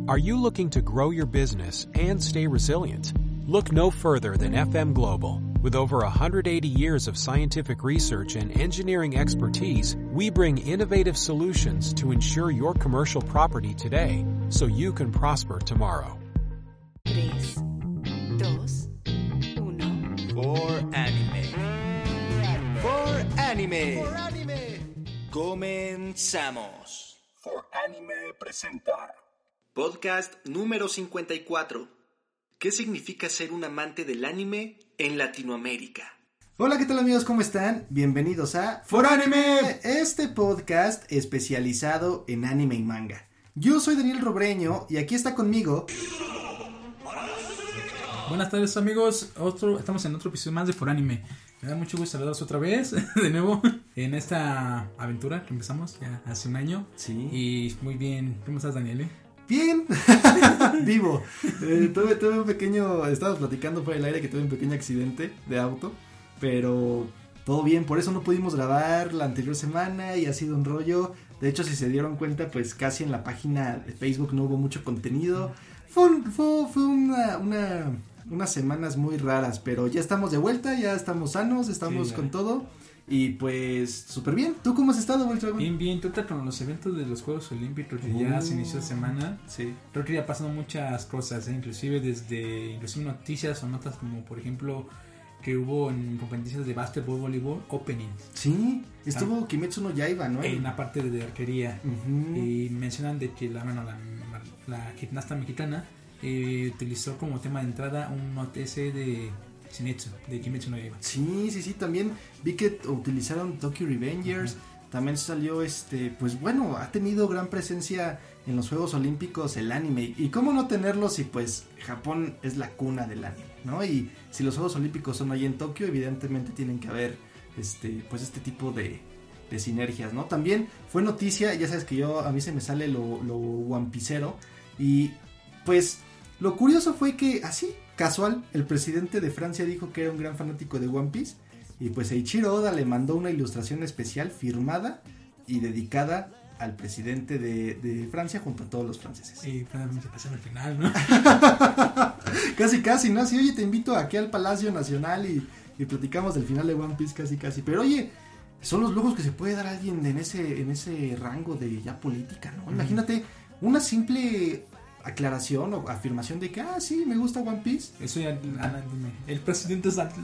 Are you looking to grow your business and stay resilient? Look no further than FM Global. With over 180 years of scientific research and engineering expertise, we bring innovative solutions to ensure your commercial property today so you can prosper tomorrow. 3, 2, 1. For Anime. For Anime. For Anime. Comenzamos. For Anime presenta Podcast número 54. ¿Qué significa ser un amante del anime en Latinoamérica? Hola, ¿qué tal amigos? ¿Cómo están? Bienvenidos a For Anime, este podcast especializado en anime y manga. Yo soy Daniel Robreño y aquí está conmigo... Buenas tardes amigos, estamos en otro episodio más de For Anime. Me da mucho gusto saludaros otra vez, de nuevo, en esta aventura que empezamos ya hace un año. Sí. Y muy bien, ¿cómo estás Daniel? Bien, vivo. Tuve un pequeño, estábamos platicando por el aire que tuve un pequeño accidente de auto, pero todo bien, por eso no pudimos grabar la anterior semana y ha sido un rollo. De hecho, si se dieron cuenta, pues casi en la página de Facebook no hubo mucho contenido. Fue unas semanas muy raras, pero ya estamos de vuelta, ya estamos sanos, estamos con todo. Y pues, súper bien. ¿Tú cómo has estado, Volkswagen? Bien, tú con los eventos de los Juegos Olímpicos que ya se inició semana. Sí. Creo que ya pasaron muchas cosas, inclusive noticias o notas como, por ejemplo, que hubo en competencias de básquetbol, voleibol, opening. Sí, estuvo Kimetsu no Yaiba, ¿no? En la parte de arquería. Uh-huh. Y mencionan de que la gimnasta mexicana utilizó como tema de entrada un OTC de Zenitsu, de Kimetsu no Yaiba. Sí, también vi que utilizaron Tokyo Revengers. Uh-huh. También salió pues bueno, ha tenido gran presencia en los Juegos Olímpicos el anime. Y cómo no tenerlo si pues Japón es la cuna del anime, ¿no? Y si los Juegos Olímpicos son ahí en Tokio, evidentemente tienen que haber pues este tipo de sinergias, ¿no? También fue noticia, ya sabes que a mí se me sale lo One Piecero. Y pues lo curioso fue que así, casual, el presidente de Francia dijo que era un gran fanático de One Piece. Y pues Eiichiro Oda le mandó una ilustración especial firmada y dedicada al presidente de Francia junto a todos los franceses. Y finalmente pasó al final, ¿no? casi, ¿no? Sí, oye, te invito aquí al Palacio Nacional y platicamos del final de One Piece casi. Pero oye, son los lujos que se puede dar a alguien en ese rango de ya política, ¿no? Imagínate una simple aclaración o afirmación de que sí, me gusta One Piece. Eso ya, el presidente es otaku.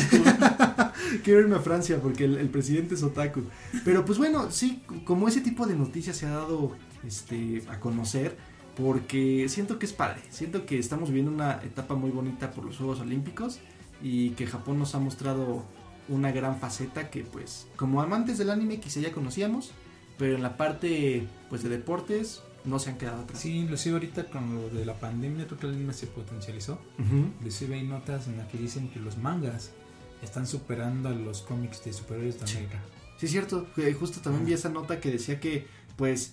Quiero irme a Francia porque el presidente es otaku. Pero pues bueno, sí, como ese tipo de noticias se ha dado a conocer, porque siento que es padre, siento que estamos viviendo una etapa muy bonita por los Juegos Olímpicos y que Japón nos ha mostrado una gran faceta que pues como amantes del anime quizá ya conocíamos, pero en la parte pues de deportes no se han quedado atrás. Sí, inclusive ahorita con lo de la pandemia creo que el anime se potencializó. Uh-huh. Inclusive hay notas en las que dicen que los mangas están superando a los cómics de superhéroes de América. Sí, es cierto, justo también vi esa nota que decía que pues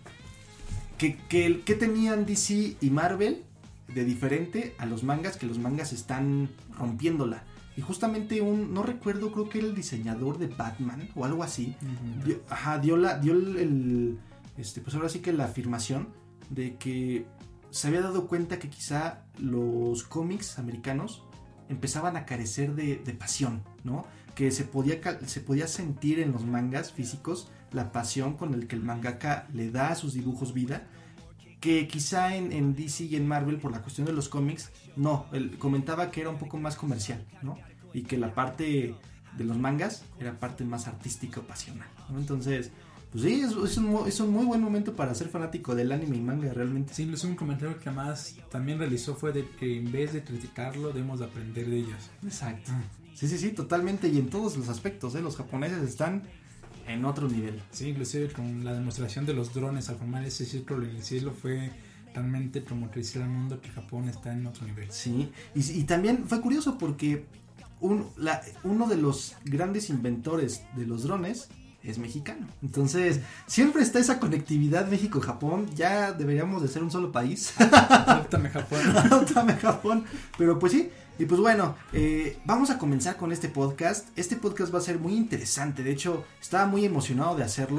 que tenían DC y Marvel de diferente a los mangas, que los mangas están rompiéndola. Y justamente no recuerdo, creo que era el diseñador de Batman o algo así. Uh-huh. dio el pues ahora sí que la afirmación de que se había dado cuenta que quizá los cómics americanos empezaban a carecer de pasión, ¿no? Que se podía sentir en los mangas físicos la pasión con el que el mangaka le da a sus dibujos vida, que quizá en DC y en Marvel por la cuestión de los cómics, no, él comentaba que era un poco más comercial, ¿no? Y que la parte de los mangas era parte más artística o pasional, ¿no? Entonces, pues sí, es un muy buen momento para ser fanático del anime y manga realmente. Sí, incluso un comentario que más también realizó fue de que en vez de criticarlo debemos de aprender de ellos. Exacto. Sí, totalmente, y en todos los aspectos, los japoneses están en otro nivel. Sí, inclusive con la demostración de los drones al formar ese círculo en el cielo fue realmente como que decir al mundo que Japón está en otro nivel. Sí, y también fue curioso porque uno de los grandes inventores de los drones es mexicano. Entonces, siempre está esa conectividad México-Japón. Ya deberíamos de ser un solo país. Adóptame Japón. Pero pues sí. Y pues bueno, vamos a comenzar con este podcast. Este podcast va a ser muy interesante. De hecho, estaba muy emocionado de hacerlo.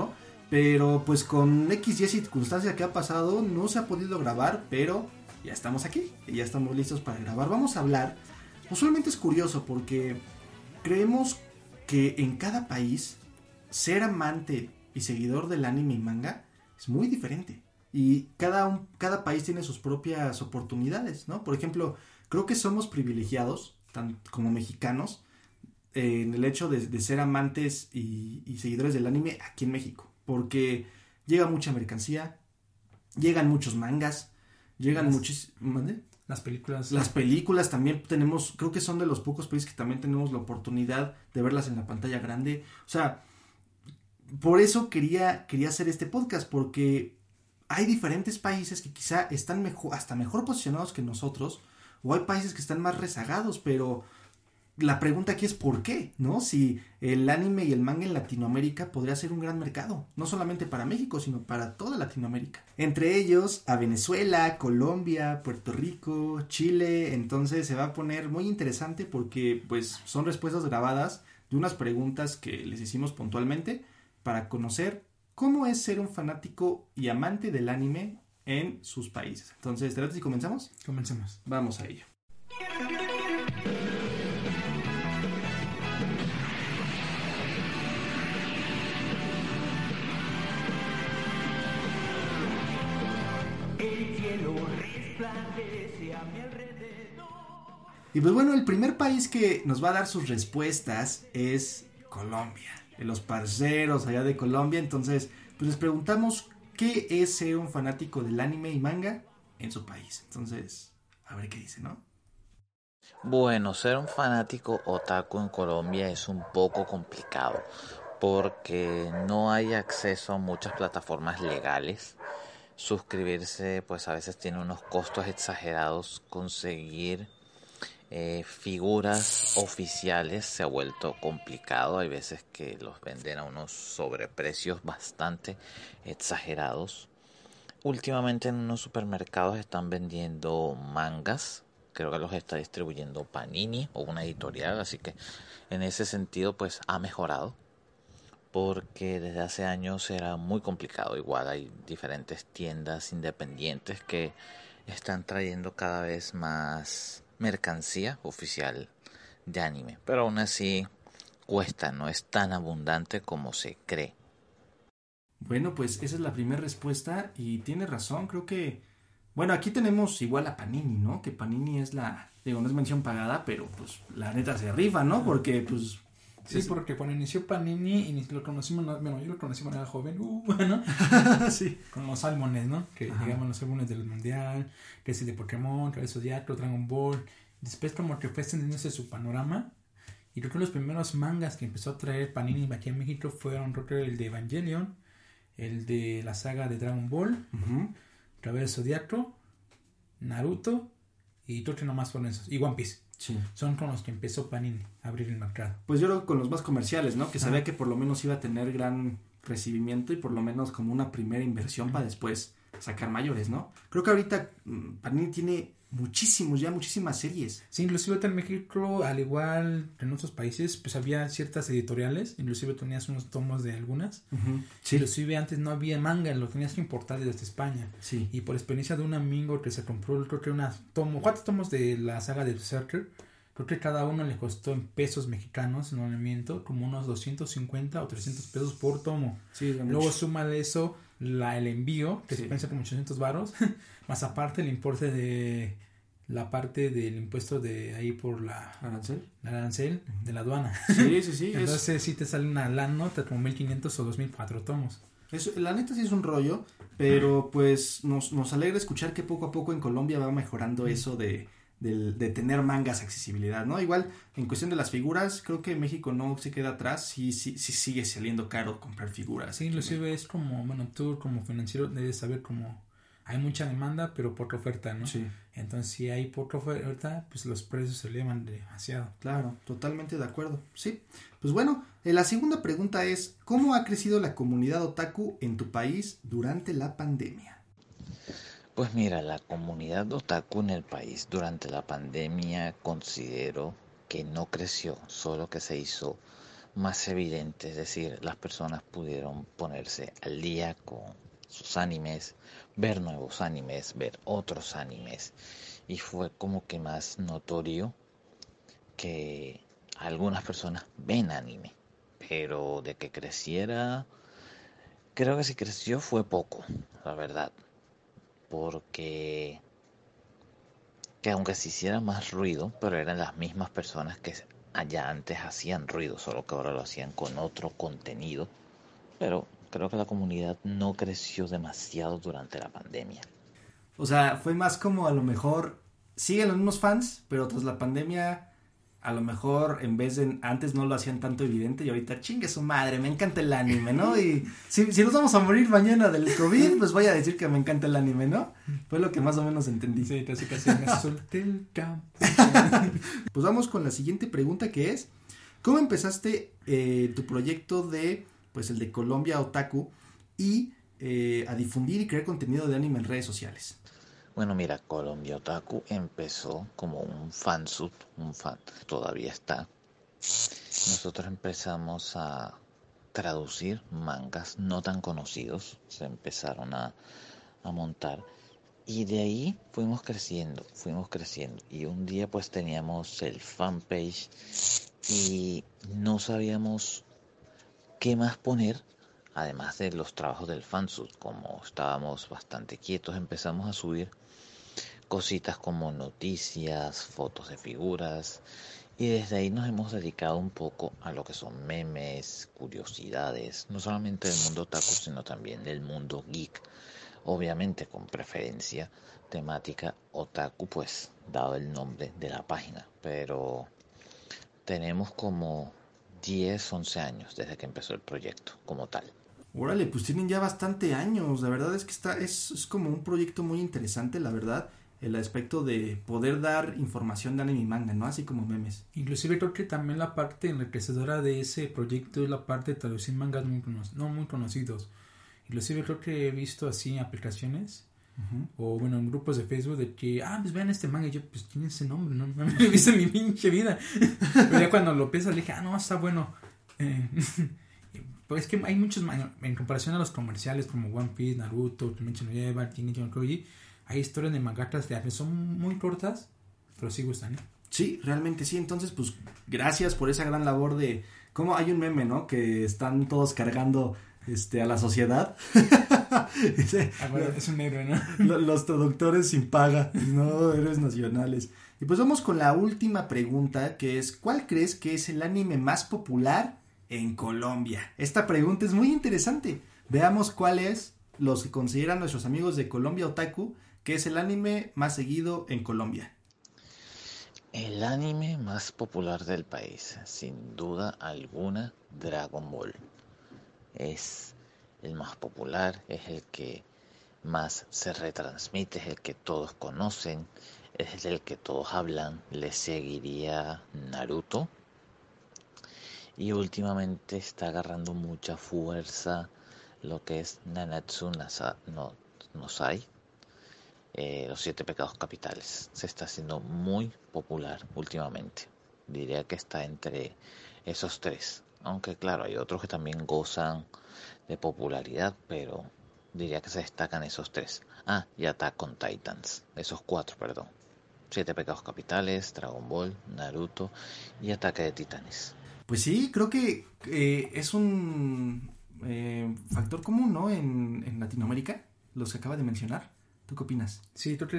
Pero pues con X y circunstancia que ha pasado no se ha podido grabar, pero ya estamos aquí y ya estamos listos para grabar. Vamos a hablar, usualmente es curioso porque creemos que en cada país ser amante y seguidor del anime y manga es muy diferente. Y cada país tiene sus propias oportunidades, ¿no? Por ejemplo, creo que somos privilegiados, como mexicanos, en el hecho de ser amantes y seguidores del anime aquí en México. Porque llega mucha mercancía, llegan muchos mangas, llegan muchos... ¿Mande? Las películas. Las películas también tenemos, creo que son de los pocos países que también tenemos la oportunidad de verlas en la pantalla grande. O sea, por eso quería hacer este podcast, porque hay diferentes países que quizá están hasta mejor posicionados que nosotros, o hay países que están más rezagados, pero la pregunta aquí es ¿por qué? ¿No? Si el anime y el manga en Latinoamérica podría ser un gran mercado, no solamente para México, sino para toda Latinoamérica. Entre ellos a Venezuela, Colombia, Puerto Rico, Chile. Entonces se va a poner muy interesante porque pues son respuestas grabadas de unas preguntas que les hicimos puntualmente para conocer cómo es ser un fanático y amante del anime en sus países. Entonces, ¿te late si comenzamos? Comencemos. Vamos a ello. Y pues bueno, el primer país que nos va a dar sus respuestas es Colombia, de los parceros allá de Colombia. Entonces, pues les preguntamos qué es ser un fanático del anime y manga en su país. Entonces, a ver qué dice, ¿no? Bueno, ser un fanático otaku en Colombia es un poco complicado porque no hay acceso a muchas plataformas legales. Suscribirse pues a veces tiene unos costos exagerados. Conseguir figuras oficiales se ha vuelto complicado. Hay veces que los venden a unos sobreprecios bastante exagerados. Últimamente en unos supermercados están vendiendo mangas. Creo que los está distribuyendo Panini o una editorial, así que en ese sentido pues ha mejorado, porque desde hace años era muy complicado. Igual hay diferentes tiendas independientes que están trayendo cada vez más mercancía oficial de anime, pero aún así cuesta, no es tan abundante como se cree. Bueno, pues esa es la primera respuesta y tiene razón, creo que... Bueno, aquí tenemos igual a Panini, ¿no? Que Panini es digo, no es mención pagada, pero pues la neta se rifa, ¿no? Porque pues... Sí, porque cuando inició Panini, lo conocimos, bueno, yo lo conocí cuando era joven, ¿no? Sí. Con los álbumes, ¿no? Que Ajá. digamos los álbumes del Mundial, que es el de Pokémon, que es Zodiaco, Dragon Ball. Después como que fue extendiéndose su panorama. Y creo que los primeros mangas que empezó a traer Panini aquí en México fueron, creo que el de Evangelion, el de la saga de Dragon Ball, Uh-huh. Caballero Zodiaco, Naruto, y creo que nomás fueron esos. Y One Piece. Sí. Son con los que empezó Panini a abrir el mercado. Pues yo creo que con los más comerciales, ¿no? Que sabía Ajá. que por lo menos iba a tener gran recibimiento y por lo menos como una primera inversión para después sacar mayores, ¿no? Creo que ahorita Panini tiene muchísimas series. Sí, inclusive en México, al igual que en otros países, pues había ciertas editoriales, inclusive tenías unos tomos de algunas. Uh-huh. Sí. Inclusive antes no había manga, lo tenías que importar desde España. Sí. Y por experiencia de un amigo que se compró, creo que 4 tomos de la saga de Berserker, creo que cada uno le costó en pesos mexicanos, no le miento, como unos 250 o 300 pesos por tomo. Sí, Luego súmale eso, el envío, que Sí. se piensa como 800 varos, más aparte el importe de la parte del impuesto de ahí por la arancel de la aduana. Sí. Entonces sí te sale una lana, como 1500 o 2004 tomos. La neta sí es un rollo, pero pues nos alegra escuchar que poco a poco en Colombia va mejorando eso de tener mangas accesibilidad, ¿no? Igual en cuestión de las figuras, creo que México no se queda atrás, sí sigue saliendo caro comprar figuras. Sí, inclusive es como, bueno, tú como financiero debes saber como hay mucha demanda, pero poca oferta, ¿no? Sí. Entonces, si hay poca oferta, pues los precios se elevan demasiado. Claro, totalmente de acuerdo. Sí. Pues bueno, la segunda pregunta es, ¿cómo ha crecido la comunidad otaku en tu país durante la pandemia? Pues mira, la comunidad otaku en el país durante la pandemia considero que no creció, solo que se hizo más evidente, es decir, las personas pudieron ponerse al día con sus animes, ver nuevos animes, ver otros animes, y fue como que más notorio que algunas personas ven anime, pero de que creciera, creo que si creció fue poco, la verdad, porque que aunque se hiciera más ruido, pero eran las mismas personas que allá antes hacían ruido, solo que ahora lo hacían con otro contenido, pero creo que la comunidad no creció demasiado durante la pandemia. O sea, fue más como a lo mejor siguen los mismos fans, pero tras la pandemia a lo mejor en vez de antes no lo hacían tanto evidente y ahorita chingue su madre, me encanta el anime, ¿no? Y si nos vamos a morir mañana del COVID, pues voy a decir que me encanta el anime, ¿no? Fue lo que más o menos entendí. Sí, casi me solté el campo. Pues vamos con la siguiente pregunta, que es ¿cómo empezaste tu proyecto de, pues el de Colombia Otaku y a difundir y crear contenido de anime en redes sociales? Bueno, mira, Colombia Otaku empezó como un fansub, un fan, todavía está. Nosotros empezamos a traducir mangas no tan conocidos, se empezaron a montar, y de ahí fuimos creciendo, y un día pues teníamos el fanpage y no sabíamos qué más poner. Además de los trabajos del fansub, como estábamos bastante quietos, empezamos a subir cositas como noticias, fotos de figuras, y desde ahí nos hemos dedicado un poco a lo que son memes, curiosidades, no solamente del mundo otaku, sino también del mundo geek, obviamente con preferencia temática otaku, pues dado el nombre de la página, pero tenemos como 10, 11 años desde que empezó el proyecto como tal. Órale, pues tienen ya bastante años, la verdad es que es como un proyecto muy interesante, la verdad, el aspecto de poder dar información de anime y manga, ¿no? Así como memes. Inclusive creo que también la parte enriquecedora de ese proyecto es la parte de traducir mangas no muy conocidos. Inclusive creo que he visto así aplicaciones o bueno, en grupos de Facebook de que, pues vean este manga, y yo, pues tiene ese nombre, no me lo he visto en mi pinche vida. Pero ya cuando lo piensas le dije, no, está bueno. Pues es que hay muchos mangas, en comparación a los comerciales como One Piece, Naruto, Kimetsu no Yaiba, Shingeki no Kyojin, hay historias de mangakas de anime, son muy cortas, pero sí gustan, ¿eh? Sí, realmente sí, entonces pues gracias por esa gran labor de, como hay un meme, ¿no? Que están todos cargando a la sociedad. Bueno, es un héroe, ¿no? Los traductores sin paga, no, héroes nacionales. Y pues vamos con la última pregunta, que es, ¿cuál crees que es el anime más popular en Colombia? Esta pregunta es muy interesante. Veamos cuáles los que consideran nuestros amigos de Colombia Otaku que es el anime más seguido en Colombia. El anime más popular del país, sin duda alguna, Dragon Ball. Es el más popular, es el que más se retransmite, es el que todos conocen, es el que todos hablan. Le seguiría Naruto. Y últimamente está agarrando mucha fuerza lo que es Nanatsu no Sai. Los 7 pecados capitales. Se está haciendo muy popular últimamente. Diría que está entre esos 3. Aunque claro, hay otros que también gozan de popularidad, pero diría que se destacan esos 3. Y Attack on Titans. Esos 4, perdón. 7 pecados capitales, Dragon Ball, Naruto y Ataque de Titanes. Pues sí, creo que es un factor común, ¿no? En Latinoamérica, los que acaba de mencionar. ¿Tú qué opinas? Sí, creo que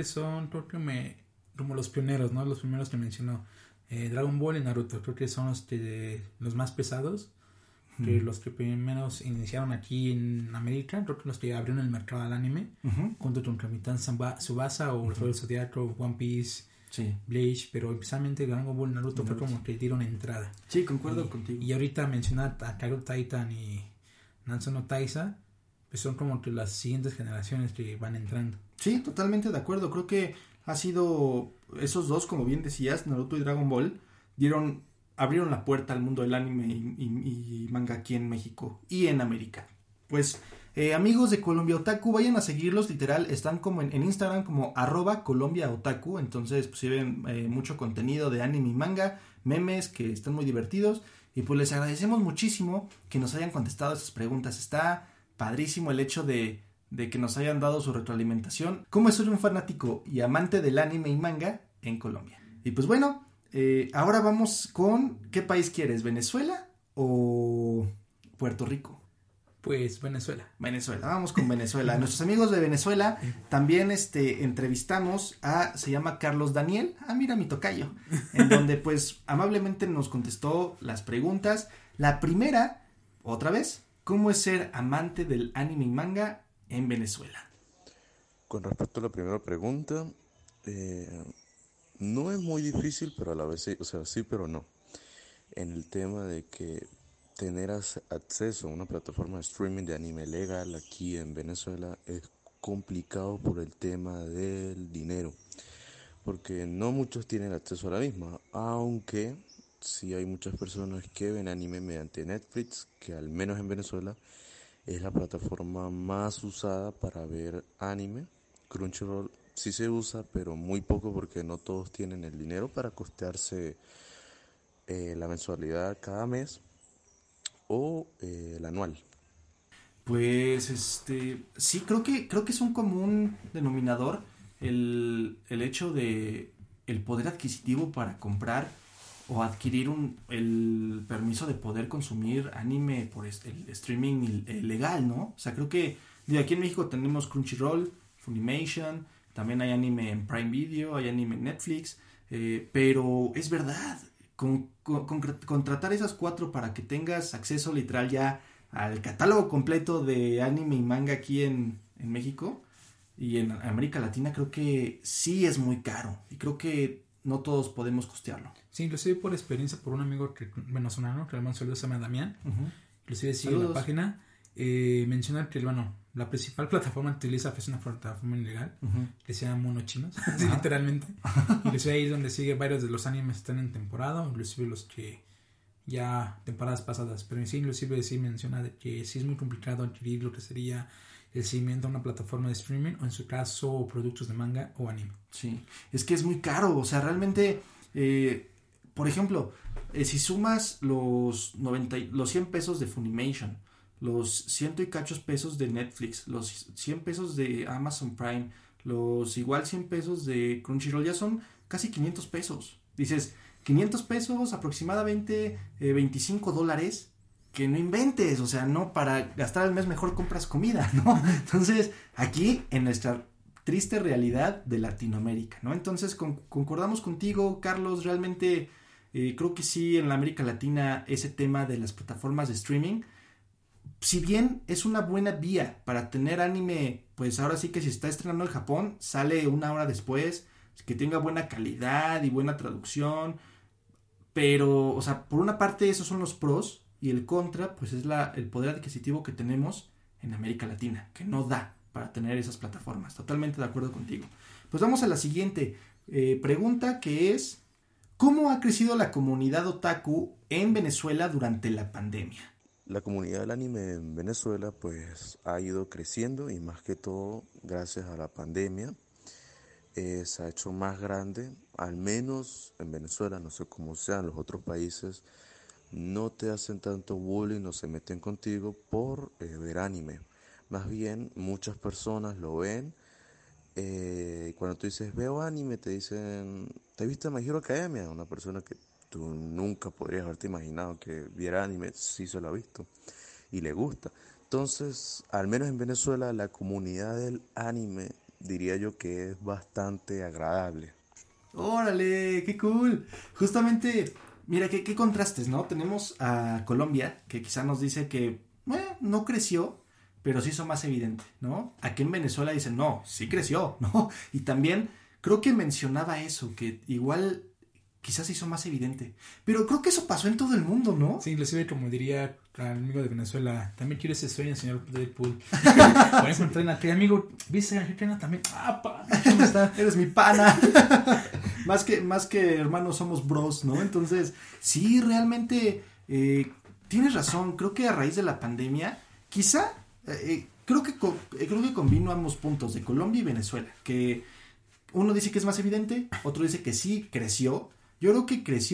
como los pioneros, ¿no? Los primeros que mencionó. Dragon Ball y Naruto, creo que son los más pesados. Que los que primeros iniciaron aquí en América, creo que los que abrieron el mercado al anime, junto con Capitán Tsubasa o el Zodiaco, One Piece, Bleach, pero especialmente Dragon Ball y Naruto fue como que dieron entrada. Sí, concuerdo contigo. Y ahorita mencionar a Kaido Titan y Nanatsu no Taisa, pues son como que las siguientes generaciones que van entrando. Sí, totalmente de acuerdo. Creo que ha sido esos dos, como bien decías, Naruto y Dragon Ball, abrieron la puerta al mundo del anime y manga aquí en México y en América. Pues amigos de Colombia Otaku, vayan a seguirlos, literal, están como en Instagram como @ColombiaOtaku, entonces pues ven mucho contenido de anime y manga, memes que están muy divertidos. Y pues les agradecemos muchísimo que nos hayan contestado esas preguntas. Está padrísimo el hecho de que nos hayan dado su retroalimentación. ¿Cómo es ser un fanático y amante del anime y manga en Colombia? Y pues bueno, ahora vamos con ¿qué país quieres? ¿Venezuela o Puerto Rico? Pues Venezuela. Venezuela, vamos con Venezuela. Nuestros amigos de Venezuela también entrevistamos se llama Carlos Daniel, mira mi tocayo, en donde pues amablemente nos contestó las preguntas. La primera, otra vez, ¿cómo es ser amante del anime y manga en Venezuela? Con respecto a la primera pregunta, no es muy difícil, pero a la vez sí, o sea, sí, pero no. En el tema de que tener acceso a una plataforma de streaming de anime legal aquí en Venezuela es complicado por el tema del dinero, porque no muchos tienen acceso a la misma, aunque sí hay muchas personas que ven anime mediante Netflix, que al menos en Venezuela es la plataforma más usada para ver anime. Crunchyroll sí se usa, pero muy poco porque no todos tienen el dinero para costearse la mensualidad cada mes o el anual. Pues sí, creo que es un común denominador el hecho de el poder adquisitivo para comprar o adquirir el permiso de poder consumir anime por el streaming legal, ¿no? O sea, creo que aquí en México tenemos Crunchyroll, Funimation, también hay anime en Prime Video, hay anime en Netflix, pero es verdad, contratar esas 4 para que tengas acceso literal ya al catálogo completo de anime y manga aquí en México y en América Latina, creo que sí es muy caro y creo que no todos podemos costearlo. Sí, inclusive por experiencia, por un amigo venezolano que le mando saludos, se llama Damián. Uh-huh. Inclusive sigue la página, menciona que la principal plataforma que utiliza es una plataforma ilegal, uh-huh, que se llama Mono Chinos, literalmente. Inclusive ahí es donde sigue varios de los animes que están en temporada, inclusive los que ya temporadas pasadas, pero sí, inclusive sí menciona de que sí es muy complicado adquirir lo que sería el seguimiento a una plataforma de streaming o en su caso productos de manga o anime. Sí, es que es muy caro, o sea, realmente, por ejemplo, si sumas los 100 pesos de Funimation, los 100 y cachos pesos de Netflix, los 100 pesos de Amazon Prime, los igual 100 pesos de Crunchyroll, ya son casi 500 pesos. Dices, 500 pesos, aproximadamente $25, que no inventes, o sea, no, para gastar al mes mejor compras comida, ¿no? Entonces, aquí en nuestra triste realidad de Latinoamérica, ¿no? Entonces, concordamos contigo, Carlos, realmente creo que sí, en la América Latina ese tema de las plataformas de streaming, si bien es una buena vía para tener anime, pues ahora sí que si está estrenando en Japón, sale una hora después, que tenga buena calidad y buena traducción, pero, o sea, por una parte esos son los pros, y el contra, pues es el poder adquisitivo que tenemos en América Latina, que no da para tener esas plataformas. Totalmente de acuerdo contigo. Pues vamos a la siguiente pregunta, que es, ¿cómo ha crecido la comunidad otaku en Venezuela durante la pandemia? La comunidad del anime en Venezuela pues ha ido creciendo y más que todo gracias a la pandemia se ha hecho más grande, al menos en Venezuela, no sé cómo sean los otros países. No te hacen tanto bullying, no se meten contigo por ver anime. Más bien, muchas personas lo ven. Cuando tú dices, veo anime, te dicen, ¿te viste My Hero Academia? Una persona que tú nunca podrías haberte imaginado que viera anime, sí se lo ha visto y le gusta. Entonces, al menos en Venezuela, la comunidad del anime, diría yo que es bastante agradable. ¡Órale! ¡Qué cool! Justamente... Mira, qué contrastes, ¿no? Tenemos a Colombia, que quizá nos dice que no creció, pero sí hizo más evidente, ¿no? Aquí en Venezuela dicen, no, sí creció, ¿no? Y también creo que mencionaba eso, que igual quizás se hizo más evidente. Pero creo que eso pasó en todo el mundo, ¿no? Sí, inclusive como diría al amigo de Venezuela, también quiero ese sueño, señor Deadpool. Por ejemplo, entrena, amigo, ¿viste a Argentina también? ¿Cómo está? Eres mi pana. Más que hermanos somos bros, ¿no? Entonces, sí, realmente tienes razón. Creo que a raíz de la pandemia, quizá, creo que combino ambos puntos de Colombia y Venezuela. Que uno dice que es más evidente, otro dice que sí creció. Yo creo que creció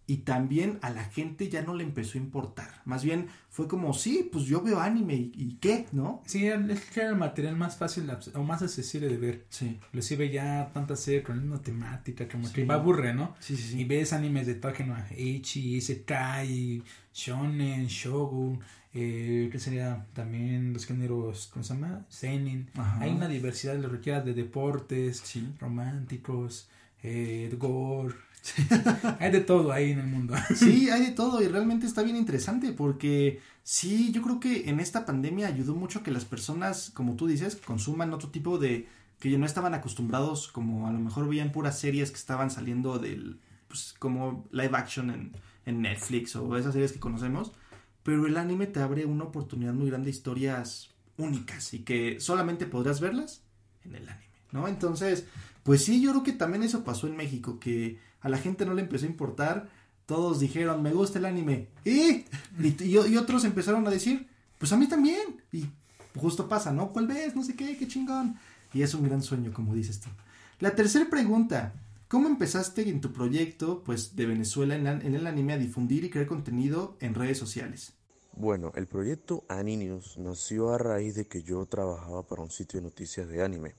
y también a la gente ya no le empezó a importar. Más bien fue como, sí, pues yo veo anime y ¿qué? ¿No? Sí, es que era el material más fácil o más accesible de ver. Sí. Inclusive ya tantas series con la misma temática, como Sí. que va aburre, ¿no? Sí, sí, sí. Y ves animes de todo género, Eichi, Isekai, Shonen, Shogun, que sería también los géneros, ¿cómo se llama? Seinen. Ajá. Hay una diversidad de lo que quieras, de deportes, Sí. románticos, de gore. Hay de todo ahí en el mundo. Sí, hay de todo y realmente está bien interesante porque sí, yo creo que en esta pandemia ayudó mucho a que las personas, como tú dices, consuman otro tipo de, que ya no estaban acostumbrados, como a lo mejor veían puras series que estaban saliendo del, pues como live action en Netflix o esas series que conocemos, pero el anime te abre una oportunidad muy grande de historias únicas y que solamente podrás verlas en el anime, ¿no? Entonces, pues sí, yo creo que también eso pasó en México, que a la gente no le empezó a importar, todos dijeron, me gusta el anime, y otros empezaron a decir, pues a mí también, y justo pasa, ¿no? ¿Cuál ves? No sé qué chingón, y es un gran sueño, como dices tú. La tercera pregunta, ¿cómo empezaste en tu proyecto, pues, de Venezuela en el anime a difundir y crear contenido en redes sociales? Bueno, el proyecto Aninius nació a raíz de que yo trabajaba para un sitio de noticias de anime.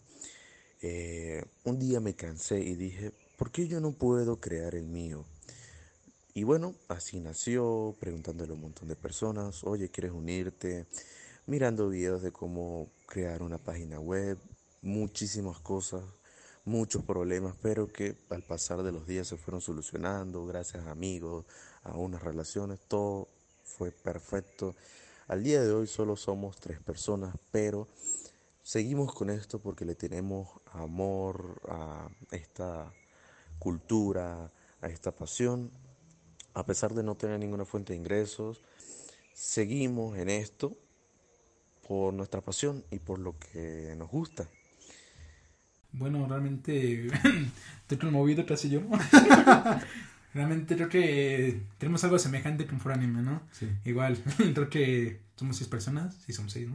Un día me cansé y dije, ¿por qué yo no puedo crear el mío? Y bueno, así nació, preguntándole a un montón de personas, oye, ¿quieres unirte? Mirando videos de cómo crear una página web, muchísimas cosas, muchos problemas, pero que al pasar de los días se fueron solucionando, gracias a amigos, a unas relaciones, todo fue perfecto. Al día de hoy solo somos 3 personas, pero seguimos con esto porque le tenemos amor a esta cultura, a esta pasión. A pesar de no tener ninguna fuente de ingresos, seguimos en esto por nuestra pasión y por lo que nos gusta. Bueno, realmente estoy conmovido casi yo. Realmente creo que tenemos algo semejante con For Anime, ¿no? Sí. Igual, creo que somos 6 personas. Sí, somos 6, ¿no?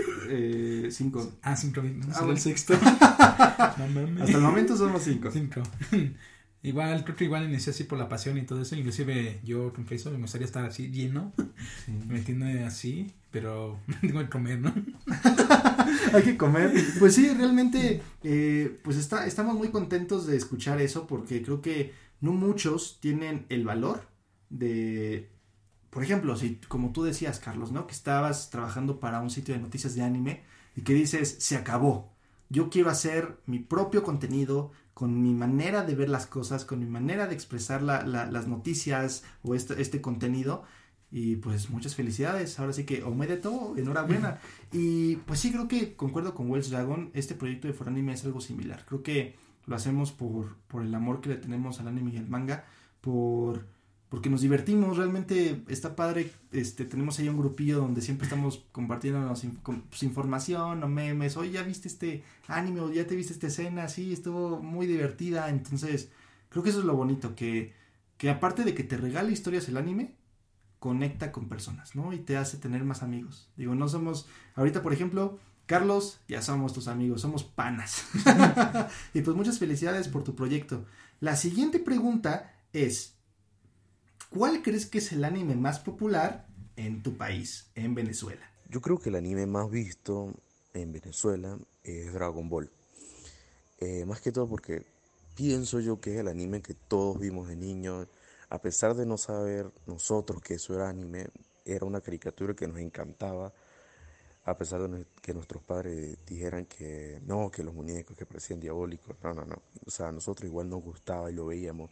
5. 5, vamos a ser bueno. el sexto. No mames. Hasta el momento somos 5. 5. Igual, creo que igual inicié así por la pasión y todo eso. Inclusive yo confieso, me gustaría estar así lleno, Sí. metiéndome así, pero tengo que comer, ¿no? Hay que comer. Pues sí, realmente, pues estamos muy contentos de escuchar eso porque creo que no muchos tienen el valor de, por ejemplo, si como tú decías, Carlos, ¿no? Que estabas trabajando para un sitio de noticias de anime y que dices, se acabó. Yo quiero hacer mi propio contenido con mi manera de ver las cosas, con mi manera de expresar las noticias o este contenido. Y pues muchas felicidades, ahora sí que omedeto, enhorabuena. Y pues sí, creo que concuerdo con Wells Dragon, este proyecto de For Anime es algo similar. Creo que lo hacemos por el amor que le tenemos al anime y al manga, porque nos divertimos, realmente está padre. Tenemos ahí un grupillo donde siempre estamos compartiéndonos información o memes, oye, ¿ya viste este anime o ya te viste esta escena? Sí, estuvo muy divertida. Entonces creo que eso es lo bonito, que aparte de que te regala historias el anime, conecta con personas, ¿no? Y te hace tener más amigos. Digo, no somos, ahorita por ejemplo, Carlos, ya somos tus amigos, somos panas. Y pues muchas felicidades por tu proyecto. La siguiente pregunta es, ¿cuál crees que es el anime más popular en tu país, en Venezuela? Yo creo que el anime más visto en Venezuela es Dragon Ball. Más que todo porque pienso yo que es el anime que todos vimos de niños. A pesar de no saber nosotros que eso era anime, era una caricatura que nos encantaba. A pesar de que nuestros padres dijeran que no, que los muñecos que parecían diabólicos. No. O sea, a nosotros igual nos gustaba y lo veíamos.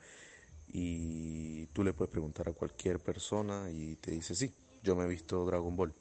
Y tú le puedes preguntar a cualquier persona y te dice, sí, yo me he visto Dragon Ball.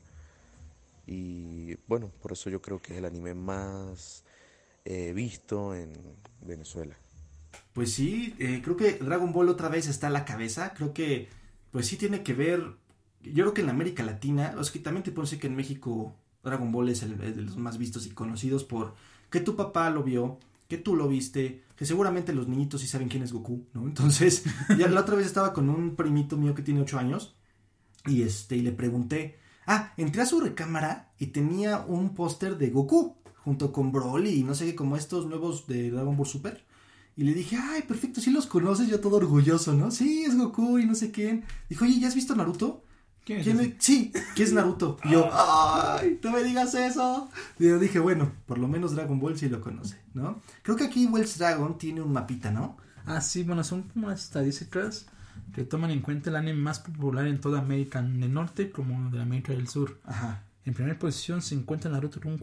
Y bueno, por eso yo creo que es el anime más visto en Venezuela. Pues sí, creo que Dragon Ball otra vez está a la cabeza. Creo que, pues sí tiene que ver. Yo creo que en América Latina, o sea, que también te puedo decir que en México Dragon Ball es de los más vistos y conocidos por que tu papá lo vio, que tú lo viste, que seguramente los niñitos sí saben quién es Goku, ¿no? Entonces, ya la otra vez estaba con un primito mío que tiene 8 años y le pregunté, entré a su recámara y tenía un póster de Goku junto con Broly y no sé qué, como estos nuevos de Dragon Ball Super. Y le dije, ay, perfecto, sí los conoces, yo todo orgulloso, ¿no? Sí, es Goku y no sé quién. Dijo, oye, ¿ya has visto Naruto? ¿Quién es ese? Sí, ¿qué es Naruto? Y yo, ay, no me digas eso. Y yo dije, bueno, por lo menos Dragon Ball sí lo conoce, ¿no? Creo que aquí Wells Dragon tiene un mapita, ¿no? Ah, sí, bueno, son como unas estadísticas que toman en cuenta el anime más popular en toda América del Norte como de América del Sur. Ajá. En primera posición se encuentra Naruto con un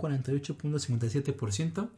48.57%.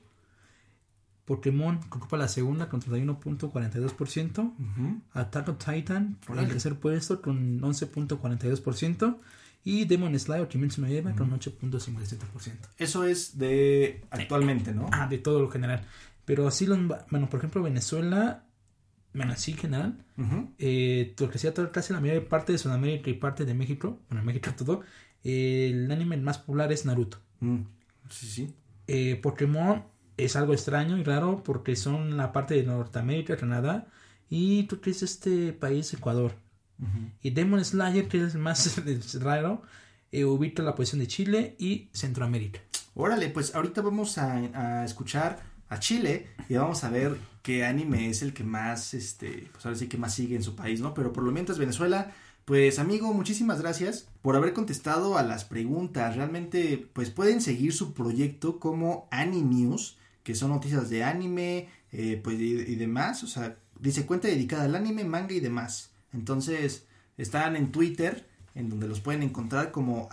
Pokémon ocupa la segunda con 31.42%. Uh-huh. Attack on Titan en Órale. el tercer puesto con 11.42%. Y Demon Slayer, Kimetsu no Yaiba, con 8.57%. Eso es de actualmente, ¿no? Ah, de todo lo general. Pero así bueno, por ejemplo, Venezuela, bueno, así en general, Uh-huh. lo que sea casi la mayor parte de Sudamérica y parte de México, bueno, México todo, el anime más popular es Naruto. Sí, sí. Pokémon es algo extraño y raro porque son la parte de Norteamérica, Canadá y creo que es este país, Ecuador. Uh-huh. Y Demon Slayer, que es el más raro, ubica la posición de Chile y Centroamérica. Órale, pues ahorita vamos a escuchar a Chile y vamos a ver qué anime es el que más, pues ahora sí que más sigue en su país, ¿no? Pero por lo mientras Venezuela, pues amigo, muchísimas gracias por haber contestado a las preguntas. Realmente, pues pueden seguir su proyecto como Animews, que son noticias de anime, pues y demás. O sea, dice cuenta dedicada al anime, manga y demás. Entonces, están en Twitter, en donde los pueden encontrar como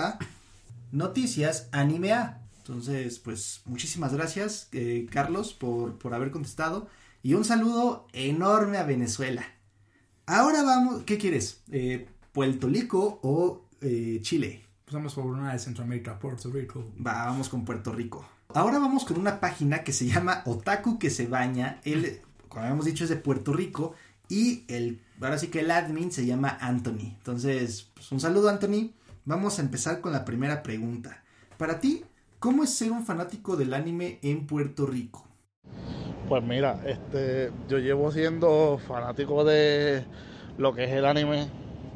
@noticiasanimea. Entonces, pues muchísimas gracias, Carlos, por haber contestado. Y un saludo enorme a Venezuela. Ahora vamos, ¿qué quieres? ¿Puerto Rico o Chile? Pues vamos por una de Centroamérica, Puerto Rico. Vamos con Puerto Rico. Ahora vamos con una página que se llama Otaku que se baña. Él, como habíamos dicho, es de Puerto Rico. Y ahora sí que el admin se llama Anthony. Entonces, pues un saludo, Anthony. Vamos a empezar con la primera pregunta. Para ti, ¿cómo es ser un fanático del anime en Puerto Rico? Pues mira, yo llevo siendo fanático de lo que es el anime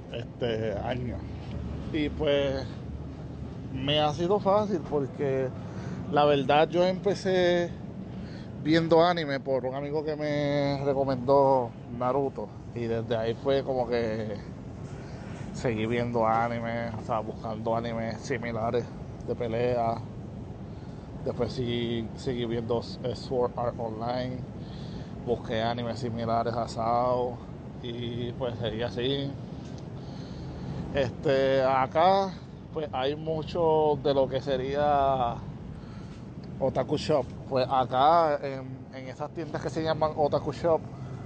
años. Y pues me ha sido fácil porque la verdad yo empecé viendo anime por un amigo que me recomendó Naruto. Y desde ahí fue como que seguí viendo anime, o sea, buscando animes similares de pelea. Después seguí viendo Sword Art Online, busqué animes similares a SAO y pues seguí así. Acá pues hay mucho de lo que sería Otaku Shop. Pues acá en esas tiendas que se llaman Otaku Shop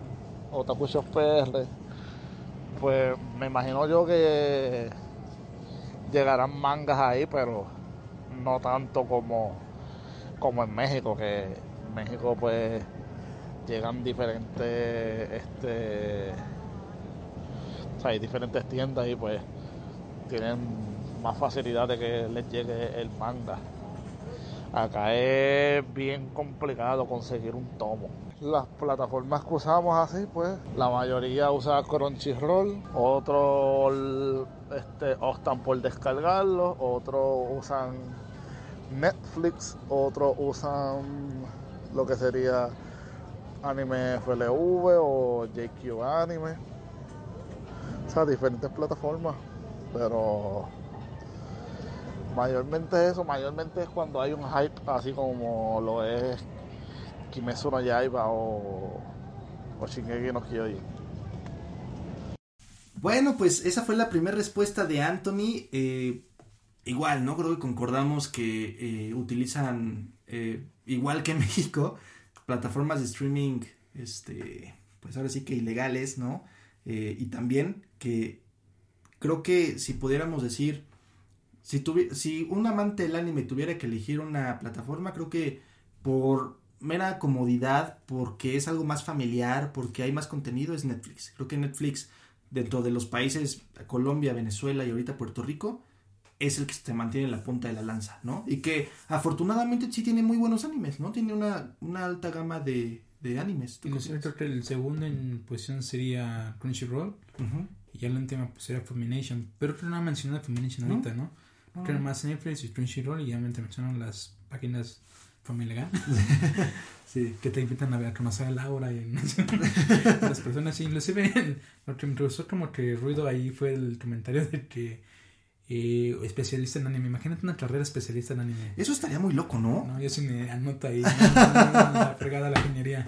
PR, pues me imagino yo que llegarán mangas ahí, pero no tanto como en México, que en México pues llegan diferentes o sea, hay diferentes tiendas y pues tienen más facilidad de que les llegue el manga. Acá es bien complicado conseguir un tomo. Las plataformas que usamos así, pues la mayoría usa Crunchyroll, otros optan por descargarlo, otros usan Netflix, otros usan lo que sería Anime FLV o JQ Anime, o sea, diferentes plataformas, pero mayormente es cuando hay un hype así como lo es Kimetsu no Yaiba o Shingeki no Kyojin. Bueno, pues esa fue la primera respuesta de Anthony. Igual, ¿no? Creo que concordamos que utilizan, igual que México, plataformas de streaming, pues ahora sí que ilegales, ¿no? Y también que creo que si pudiéramos decir, si un amante del anime tuviera que elegir una plataforma, creo que por mera comodidad, porque es algo más familiar, porque hay más contenido, es Netflix. Creo que Netflix, dentro de los países Colombia, Venezuela y ahorita Puerto Rico, es el que se mantiene en la punta de la lanza, ¿no? Y que afortunadamente sí tiene muy buenos animes, ¿no? Tiene una alta gama de animes. Y creo que el segundo en posición sería Crunchyroll. Uh-huh. Y ya la última pues era Funimation. Pero creo que no ha mencionado Funimation ahorita, ¿no? Creo que más Netflix y Crunchyroll y ya me mencionaron las páginas Familia Legal. Sí, que te invitan a conocer a Laura y las personas, inclusive lo que me causó como que ruido ahí fue el comentario de que especialista en anime. Imagínate una carrera especialista en anime. Eso estaría muy loco, ¿no? No, yo sí me anoto ahí, la fregada la ingeniería.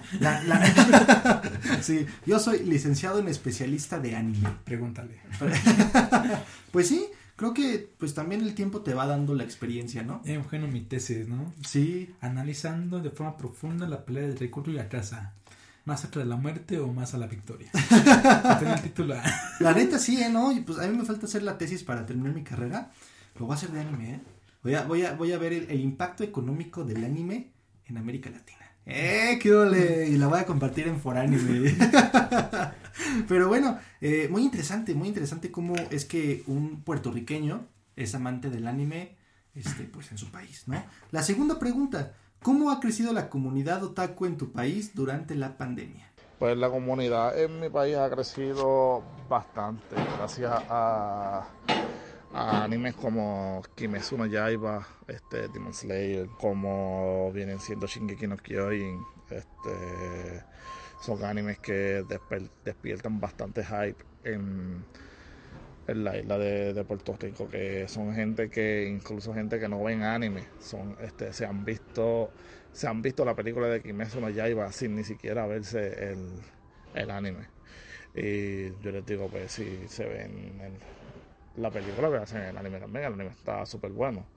Sí, yo soy licenciado en especialista de anime. Pregúntale. Pues sí, creo que pues también el tiempo te va dando la experiencia, ¿no? Bueno, mi tesis, ¿no? Sí. Analizando de forma profunda la pelea del recurso y la caza. ¿Más atrás de la muerte o más a la victoria? Tiene el título. La neta sí, ¿no? Y pues a mí me falta hacer la tesis para terminar mi carrera. Lo voy a hacer de anime, ¿eh? Voy a ver el impacto económico del anime en América Latina. ¡Qué ole! Y la voy a compartir en Foranime. Pero bueno, muy interesante cómo es que un puertorriqueño es amante del anime, pues en su país, ¿no? La segunda pregunta, ¿cómo ha crecido la comunidad otaku en tu país durante la pandemia? Pues la comunidad en mi país ha crecido bastante gracias a animes como Kimetsu no Yaiba, Demon Slayer, como vienen siendo Shingeki no Kyojin. Son animes que despiertan bastante hype en la isla de Puerto Rico, que son incluso gente que no ven anime, se han visto la película de Kimetsu no Yaiba sin ni siquiera verse el anime. Y yo les digo, pues si se ven la película, que hacen el anime también, el anime está súper bueno.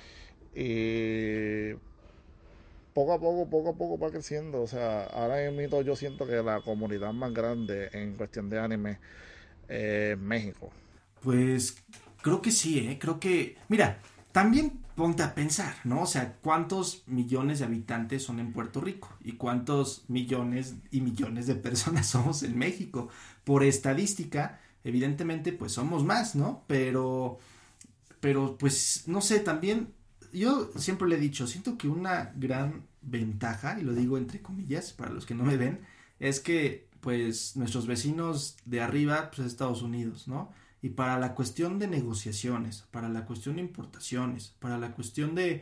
Y poco a poco va creciendo. O sea, ahora mismo yo siento que la comunidad más grande en cuestión de anime es México. Pues creo que sí, creo que, mira, también ponte a pensar, ¿no? O sea, ¿cuántos millones de habitantes son en Puerto Rico? ¿Y cuántos millones y millones de personas somos en México? Por estadística, evidentemente, pues somos más, ¿no? Pero pues, no sé, también, yo siempre le he dicho, siento que una gran ventaja, y lo digo entre comillas, para los que no me ven, es que, pues, nuestros vecinos de arriba, pues, Estados Unidos, ¿no? Y para la cuestión de negociaciones, para la cuestión de importaciones, para la cuestión de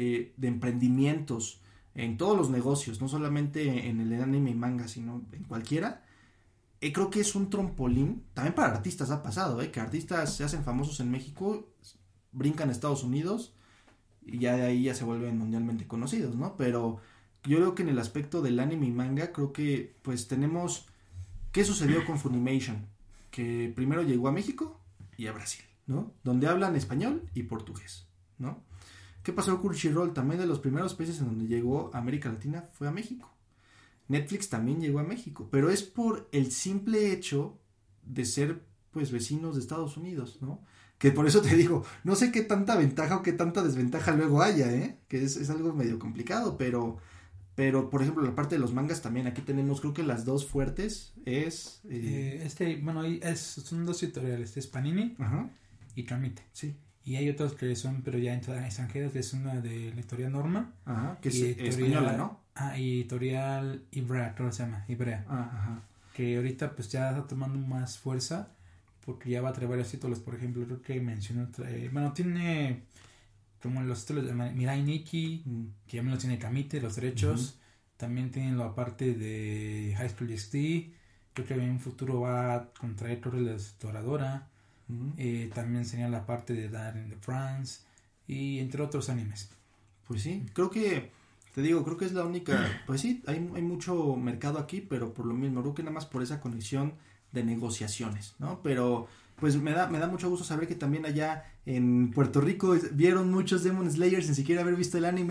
emprendimientos en todos los negocios, no solamente en el anime y manga, sino en cualquiera, creo que es un trampolín. También para artistas ha pasado, que artistas se hacen famosos en México, brincan a Estados Unidos y ya de ahí ya se vuelven mundialmente conocidos, ¿no? Pero yo creo que en el aspecto del anime y manga, creo que pues tenemos... ¿Qué sucedió con Funimation? Que primero llegó a México y a Brasil, ¿no? Donde hablan español y portugués, ¿no? ¿Qué pasó con Crunchyroll? También de los primeros países en donde llegó a América Latina fue a México. Netflix también llegó a México, pero es por el simple hecho de ser, pues, vecinos de Estados Unidos, ¿no? Que por eso te digo, no sé qué tanta ventaja o qué tanta desventaja luego haya, Que es algo medio complicado, pero por ejemplo, la parte de los mangas también, aquí tenemos, creo que las dos fuertes es... Bueno, son dos editoriales, es Panini, ajá, y Tramite. Sí. Y hay otros que son, pero ya extranjeras, que es una de la editorial Norma. Ajá, que es española, ¿no? Y editorial Ibrea, creo que se llama, Ibrea. Ajá. Que ahorita pues ya está tomando más fuerza, porque ya va a traer varios títulos. Por ejemplo, creo que mencionó, tiene... como los títulos de Mirai Nikki, que ya me los tiene Kamite, los derechos. También tienen la parte de High School DxD. Creo que en un futuro va a contraer Torre la Exploradora. También sería la parte de Darling de France. Y entre otros animes. Pues sí, creo que es la única. Pues sí, hay mucho mercado aquí, pero por lo mismo, creo que nada más por esa conexión de negociaciones, ¿no? Pero pues me da mucho gusto saber que también allá en Puerto Rico vieron muchos Demon Slayer sin siquiera haber visto el anime.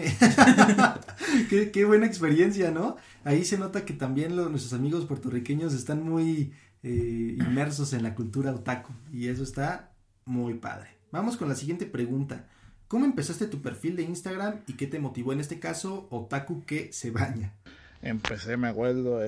qué buena experiencia, ¿no? Ahí se nota que también nuestros amigos puertorriqueños están muy inmersos en la cultura otaku, y eso está muy padre. Vamos con la siguiente pregunta. ¿Cómo empezaste tu perfil de Instagram y qué te motivó, en este caso, Otaku que se baña? Empecé, me acuerdo,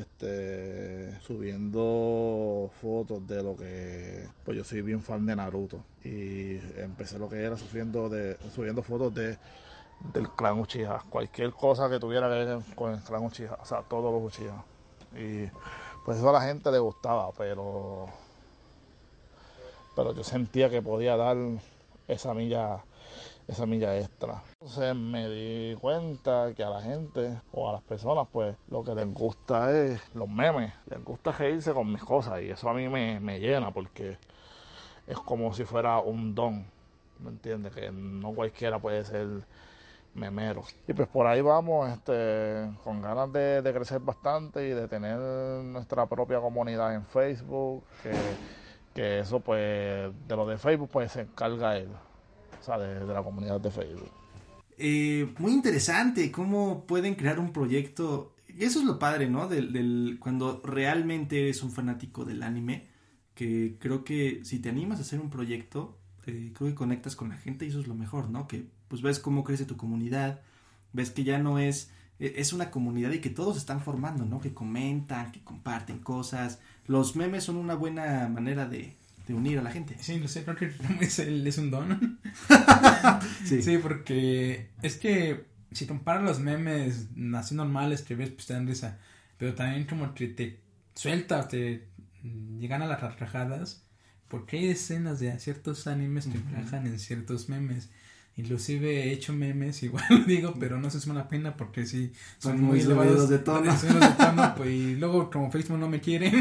subiendo fotos de lo que... Pues yo soy bien fan de Naruto. Y empecé lo que era subiendo fotos del clan Uchiha. Cualquier cosa que tuviera que ver con el clan Uchiha. O sea, todos los Uchiha. Y pues eso a la gente le gustaba, pero yo sentía que podía dar esa milla esa milla extra. Entonces me di cuenta que a la gente o a las personas pues lo que les gusta es los memes, les gusta reírse con mis cosas y eso a mí me llena porque es como si fuera un don, ¿me entiendes? Que no cualquiera puede ser memero. Y pues por ahí vamos, con ganas de crecer bastante y de tener nuestra propia comunidad en Facebook, que eso pues, de lo de Facebook pues se encarga él, o sea, de la comunidad de Facebook. Muy interesante cómo pueden crear un proyecto. Y eso es lo padre, ¿no? Cuando realmente eres un fanático del anime, que creo que si te animas a hacer un proyecto, creo que conectas con la gente y eso es lo mejor, ¿no? Que pues ves cómo crece tu comunidad, ves que ya no es una comunidad y que todos se están formando, ¿no? Que comentan, que comparten cosas. Los memes son una buena manera de unir a la gente. Sí, lo sé, creo que es un don. Sí. Sí, porque es que si comparas los memes así normales que ves, pues te dan risa. Pero también como que te suelta, te llegan a las rajadas. Porque hay escenas de ciertos animes que encajan en ciertos memes. Inclusive he hecho memes, igual lo digo, pero no se suma la pena porque sí, son muy elevados de tono. Pues, y luego como Facebook no me quiere,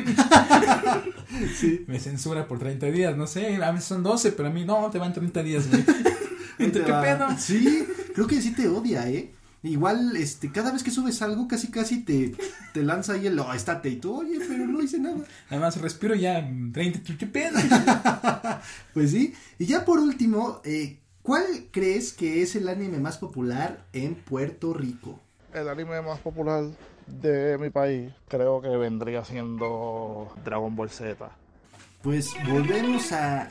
Sí. me censura por 30 días, no sé, a veces son 12, pero a mí no, te van 30 días, güey. ¿Qué pedo? Sí, creo que sí te odia, Igual, cada vez que subes algo, casi te lanza ahí estate, y tú, oye, pero no hice nada. Además respiro ya 30, ¿qué pedo? Pues sí, y ya por último, ¿cuál crees que es el anime más popular en Puerto Rico? El anime más popular de mi país creo que vendría siendo Dragon Ball Z. Pues volvemos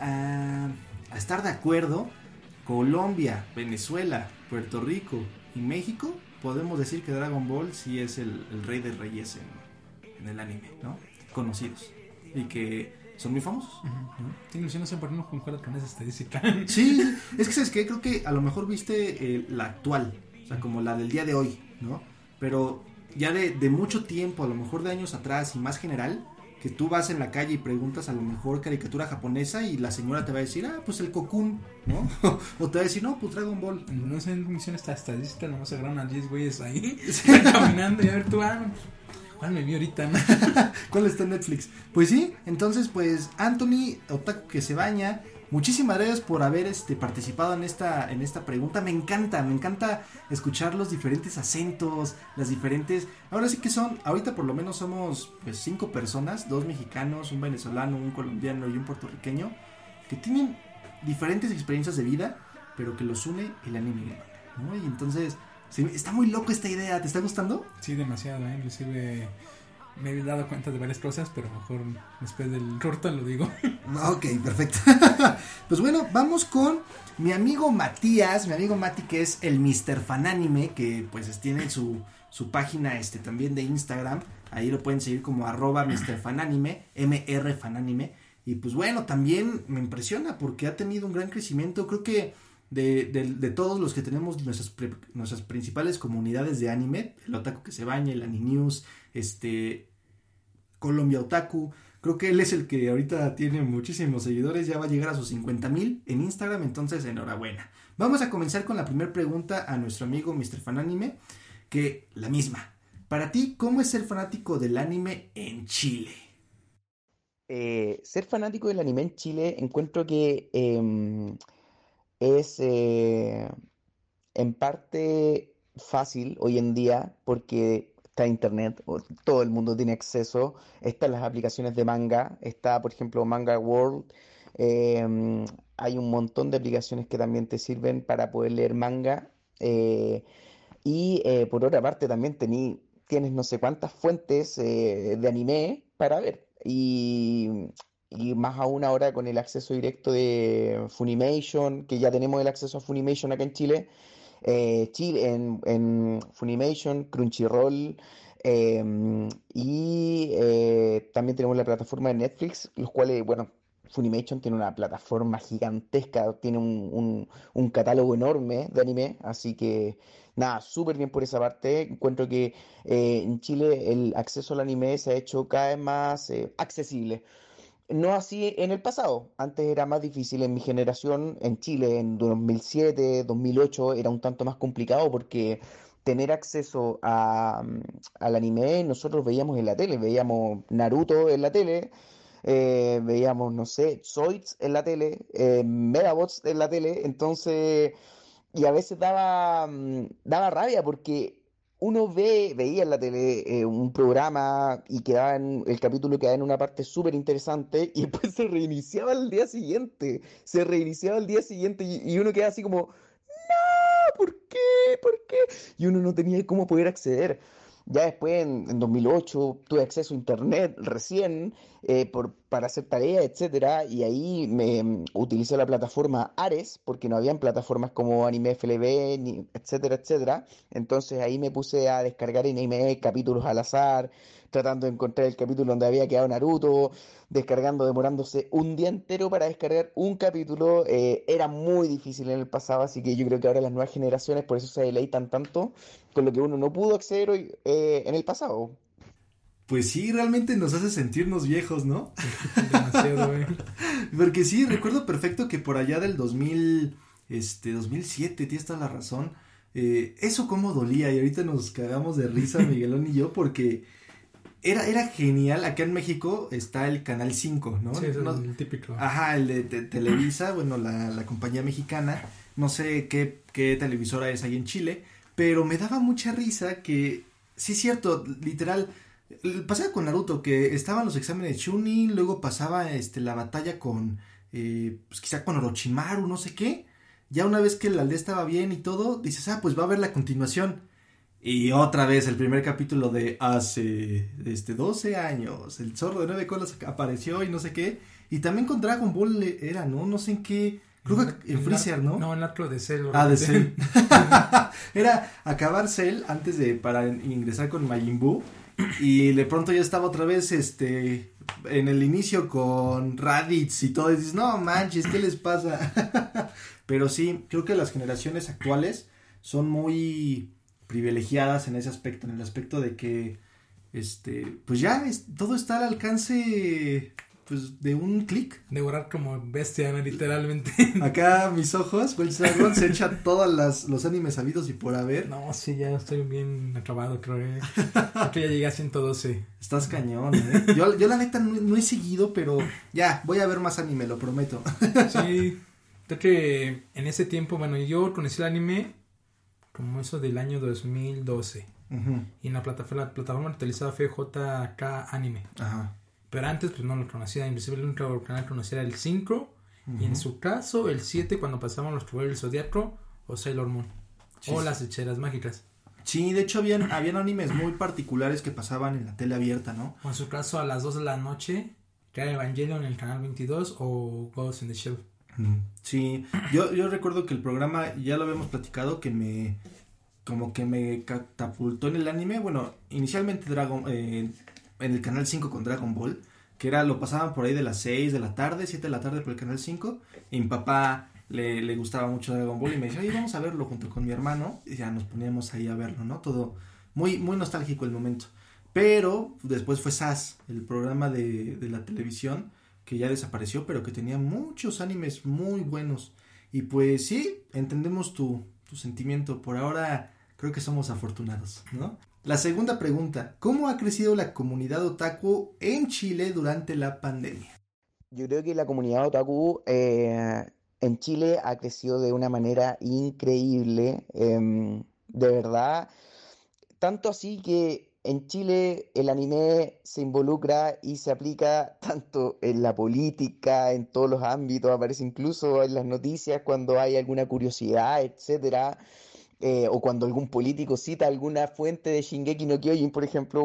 a estar de acuerdo. Colombia, Venezuela, Puerto Rico y México, podemos decir que Dragon Ball sí es el rey de reyes en el anime, ¿no? Conocidos. Y que son muy famosos. Sí, no sé por qué no concuerdo con esa estadística. Sí, es que ¿sabes qué? Creo que a lo mejor viste la actual, o sea, como la del día de hoy, ¿no? Pero ya de mucho tiempo, a lo mejor de años atrás y más general, que tú vas en la calle y preguntas a lo mejor caricatura japonesa y la señora te va a decir, pues el Cocoon, ¿no? O te va a decir, no, pues Dragon Ball. No sé en misión esta estadística, nomás agarraron a 10 güeyes ahí, caminando y a ver tú, ¿cuál me vi ahorita? ¿Cuál está en Netflix? Pues sí, entonces pues Anthony, otaku que se baña, muchísimas gracias por haber participado en esta pregunta. Me encanta escuchar los diferentes acentos, las diferentes. Ahora sí que ahorita por lo menos somos pues 5 personas, 2 mexicanos, un venezolano, un colombiano y un puertorriqueño, que tienen diferentes experiencias de vida, pero que los une el anime, ¿no? Y entonces está muy loco esta idea. ¿Te está gustando? Sí, demasiado, inclusive me he dado cuenta de varias cosas, pero mejor después del corto lo digo. Ok, perfecto. Pues bueno, vamos con mi amigo Matías, mi amigo Mati, que es el Mr. Fananime, que pues tiene su página también de Instagram. Ahí lo pueden seguir como @MrFananime, MrFananime. Y pues bueno, también me impresiona porque ha tenido un gran crecimiento. Creo que de todos los que tenemos nuestras principales comunidades de anime, el Otaku que se baña, el Aninews, Colombia Otaku, creo que él es el que ahorita tiene muchísimos seguidores, ya va a llegar a sus 50,000 en Instagram, entonces enhorabuena. Vamos a comenzar con la primera pregunta a nuestro amigo Mr. Fananime, que la misma. Para ti, ¿cómo es ser fanático del anime en Chile? Ser fanático del anime en Chile encuentro que es en parte fácil hoy en día porque está internet, todo el mundo tiene acceso, están las aplicaciones de manga, está por ejemplo Manga World, hay un montón de aplicaciones que también te sirven para poder leer manga y por otra parte también tienes no sé cuántas fuentes de anime para ver y más aún ahora con el acceso directo de Funimation, que ya tenemos el acceso a Funimation acá en Chile, en Funimation, Crunchyroll, y también tenemos la plataforma de Netflix, los cuales, bueno, Funimation tiene una plataforma gigantesca, tiene un catálogo enorme de anime, así que nada, súper bien por esa parte. Encuentro que en Chile el acceso al anime se ha hecho cada vez más accesible. No así en el pasado. Antes era más difícil en mi generación, en Chile, en 2007, 2008, era un tanto más complicado porque tener acceso al anime nosotros veíamos en la tele, veíamos Naruto en la tele, veíamos, no sé, Zoids en la tele, Medabots en la tele, entonces, y a veces daba rabia porque veía en la tele un programa y el capítulo quedaba en una parte súper interesante y después se reiniciaba al día siguiente y uno quedaba así como, ¿por qué? ¿Por qué? Y uno no tenía cómo poder acceder. Ya después, en 2008, tuve acceso a internet recién para hacer tareas, etcétera, y ahí utilicé la plataforma Ares, porque no habían plataformas como Anime FLV, etcétera, etcétera. Entonces ahí me puse a descargar anime, capítulos al azar, tratando de encontrar el capítulo donde había quedado Naruto, descargando, demorándose un día entero para descargar un capítulo. Era muy difícil en el pasado, así que yo creo que ahora las nuevas generaciones por eso se deleitan tanto con lo que uno no pudo acceder hoy, en el pasado. Pues sí, realmente nos hace sentirnos viejos, ¿no? Demasiado, güey. Porque sí, recuerdo perfecto que por allá del 2007, tienes toda la razón, eso cómo dolía, y ahorita nos cagamos de risa Miguelón y yo, porque era genial. Acá en México está el Canal 5, ¿no? Sí, es No, el típico. ajá, el de Televisa, bueno, la compañía mexicana, no sé qué televisora es ahí en Chile, pero me daba mucha risa que, sí es cierto, literal, pasaba con Naruto, que estaban los exámenes Chunin, luego pasaba la batalla con, pues quizá con Orochimaru, no sé qué, ya una vez que la aldea estaba bien y todo, dices, pues va a haber la continuación. Y otra vez el primer capítulo de hace 12 años, el zorro de 9 colas apareció y no sé qué. Y también con Dragon Ball era, ¿no? No sé en qué. Creo que en Freezer, ¿no? No, en arco de Cell. De Cell. Era acabar Cell antes para ingresar con Majin Buu. Y de pronto ya estaba otra vez en el inicio con Raditz y todo. Y dices, no manches, ¿qué les pasa? Pero sí, creo que las generaciones actuales son muy privilegiadas en ese aspecto, en el aspecto de que pues ya todo está al alcance, pues, de un clic. Devorar como bestia, ¿no? Literalmente. Acá mis ojos, Wells Dragon se echa todos los animes habidos y por haber. No, sí, ya estoy bien acabado, creo. Creo que ya llegué a 112. Estás cañón, Yo la neta no he seguido, pero ya, voy a ver más anime, lo prometo. Sí, creo que en ese tiempo, bueno, yo conocí el anime como eso del año 2012. Uh-huh. Y en la plataforma utilizada fue JK Anime. Ajá. Pero antes pues no lo conocía, inclusive el único canal que conocía era el 5. Uh-huh. Y en su caso el 7 cuando pasaban los Caballeros del Zodiaco o Sailor Moon. Sí, o las Hechiceras Mágicas. Sí, de hecho habían animes muy particulares que pasaban en la tele abierta, ¿no? O en su caso a las 2 de la noche, que era Evangelion en el canal 22 o Ghost in the Shell. Sí, yo recuerdo que el programa, ya lo habíamos platicado, que me catapultó en el anime. Bueno, inicialmente en el canal 5 con Dragon Ball, que lo pasaban por ahí de las 6 de la tarde, 7 de la tarde por el canal 5, y mi papá le gustaba mucho Dragon Ball y me decía, oye, vamos a verlo junto con mi hermano, y ya nos poníamos ahí a verlo, ¿no? Todo muy, muy nostálgico el momento. Pero después fue SAS, el programa de la televisión, que ya desapareció, pero que tenía muchos animes muy buenos. Y pues sí, entendemos tu sentimiento. Por ahora creo que somos afortunados, ¿no? La segunda pregunta, ¿cómo ha crecido la comunidad otaku en Chile durante la pandemia? Yo creo que la comunidad otaku en Chile ha crecido de una manera increíble, de verdad, tanto así que en Chile el anime se involucra y se aplica tanto en la política, en todos los ámbitos, aparece incluso en las noticias cuando hay alguna curiosidad, etcétera, o cuando algún político cita alguna fuente de Shingeki no Kyojin, por ejemplo,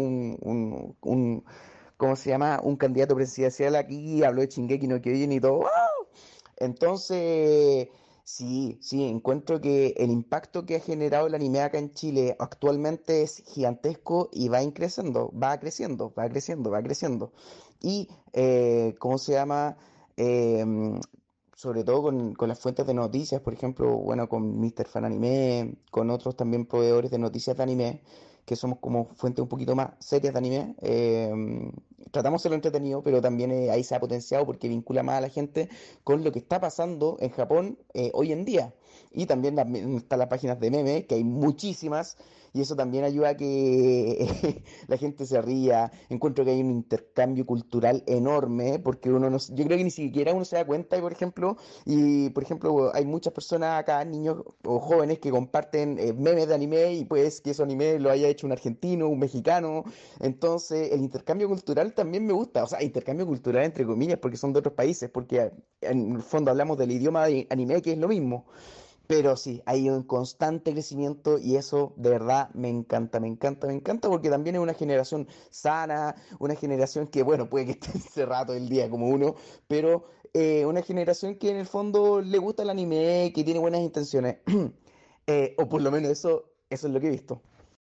¿cómo se llama? Un candidato presidencial aquí habló de Shingeki no Kyojin y todo, ¡wow! Entonces, sí, encuentro que el impacto que ha generado el anime acá en Chile actualmente es gigantesco y va creciendo. Y, ¿cómo se llama? Sobre todo con las fuentes de noticias, por ejemplo, bueno, con Mr. Fan Anime, con otros también proveedores de noticias de anime, que somos como fuentes un poquito más serias de anime, tratamos de hacerlo entretenido, pero también ahí se ha potenciado porque vincula más a la gente con lo que está pasando en Japón hoy en día. Y también están las páginas de memes, que hay muchísimas, y eso también ayuda a que la gente se ría. Encuentro que hay un intercambio cultural enorme, porque uno no, yo creo que ni siquiera uno se da cuenta, por ejemplo, hay muchas personas acá, niños o jóvenes, que comparten memes de anime y pues que esos anime lo haya hecho un argentino, un mexicano. Entonces, el intercambio cultural también me gusta, o sea, intercambio cultural entre comillas, porque son de otros países, porque en el fondo hablamos del idioma de anime, que es lo mismo. Pero sí, hay un constante crecimiento y eso de verdad me encanta, me encanta, me encanta porque también es una generación sana, una generación que, bueno, puede que esté encerrada todo el día como uno, pero una generación que en el fondo le gusta el anime, que tiene buenas intenciones. O por lo menos eso es lo que he visto.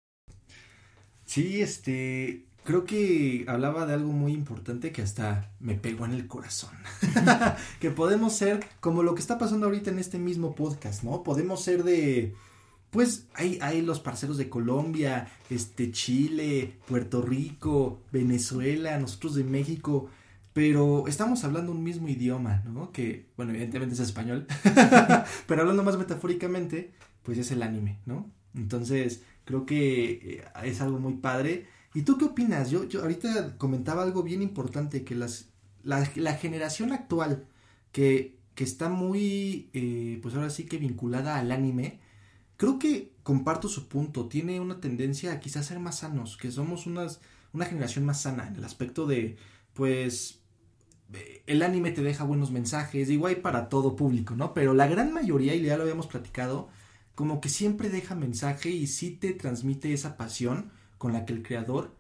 Sí, creo que hablaba de algo muy importante que hasta me pegó en el corazón. Que podemos ser como lo que está pasando ahorita en este mismo podcast, ¿no? Podemos ser pues hay los parceros de Colombia, Chile, Puerto Rico, Venezuela, nosotros de México, pero estamos hablando un mismo idioma, ¿no? Que, bueno, evidentemente es español, pero hablando más metafóricamente, pues es el anime, ¿no? Entonces, creo que es algo muy padre. ¿Y tú qué opinas? Yo ahorita comentaba algo bien importante, que la generación actual, que está muy, pues ahora sí que vinculada al anime, creo que comparto su punto, tiene una tendencia a quizás ser más sanos, que somos una generación más sana en el aspecto de, pues, el anime te deja buenos mensajes, digo, hay para todo público, ¿no? Pero la gran mayoría, y ya lo habíamos platicado, como que siempre deja mensaje y sí te transmite esa pasión con la que el creador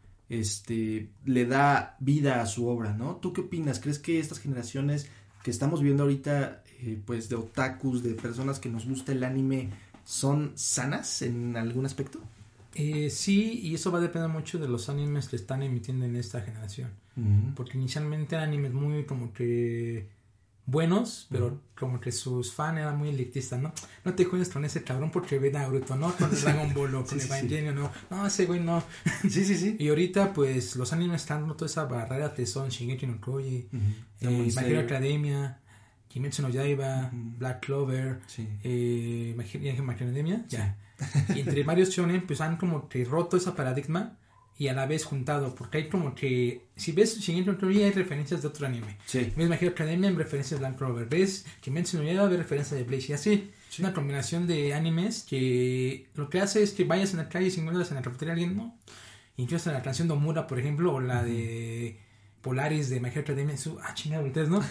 le da vida a su obra, ¿no? ¿Tú qué opinas? ¿Crees que estas generaciones que estamos viendo ahorita, pues de otakus, de personas que nos gusta el anime, son sanas en algún aspecto? Sí, y eso va a depender mucho de los animes que están emitiendo en esta generación. Porque inicialmente eran animes muy como que buenos, pero como que sus fans eran muy elitistas, ¿no? No te juegues con ese cabrón porque ve Naruto, ¿no? Con Dragon Ball o con Evangelion, no. No, ese güey no. Sí. Y ahorita, pues, los animes están roto esa barrera que son Shingeki no Kyojin, My Hero Academia, Kimetsu no Yaiba, Black Clover, My Hero Academia, ya. Y entre varios shonen, pues han como que roto esa paradigma y a la vez juntado, porque hay como que, si ves Shingeki no Kyojin, hay referencias de otro anime. Ves My Hero Academia, en referencias de Black Clover. Ves Kimetsu no Yaiba, ves referencias de Bleach y así. Es una combinación de animes que lo que hace es que vayas en la calle y si encuentras en la cafetería a alguien, ¿no? Incluso en la canción de Omura, por ejemplo, o la de Polaris de My Hero Academia, chingada, ustedes, ¿no?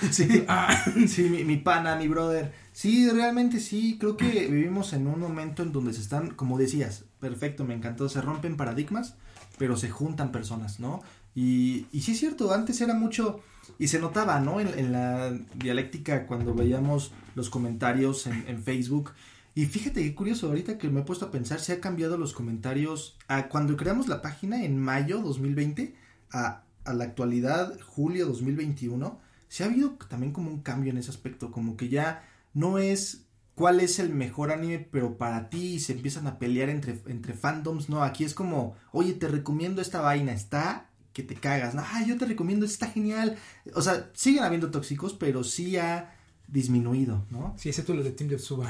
Sí, mi pana, mi brother. Sí, realmente sí, creo que vivimos en un momento en donde se están, como decías, perfecto, me encantó, se rompen paradigmas, pero se juntan personas, ¿no? Y sí es cierto, antes era mucho, y se notaba, ¿no? En la dialéctica cuando veíamos los comentarios en Facebook. Y fíjate qué curioso, ahorita que me he puesto a pensar, se ha cambiado los comentarios cuando creamos la página en mayo 2020 a la actualidad, julio 2021, se ha habido también como un cambio en ese aspecto, como que ya no es cuál es el mejor anime, pero para ti se empiezan a pelear entre fandoms, no, aquí es como, oye, te recomiendo esta vaina, está que te cagas, no, yo te recomiendo, está genial, o sea, siguen habiendo tóxicos, pero sí ha disminuido, ¿no? Sí, excepto los de Team Yotsuba.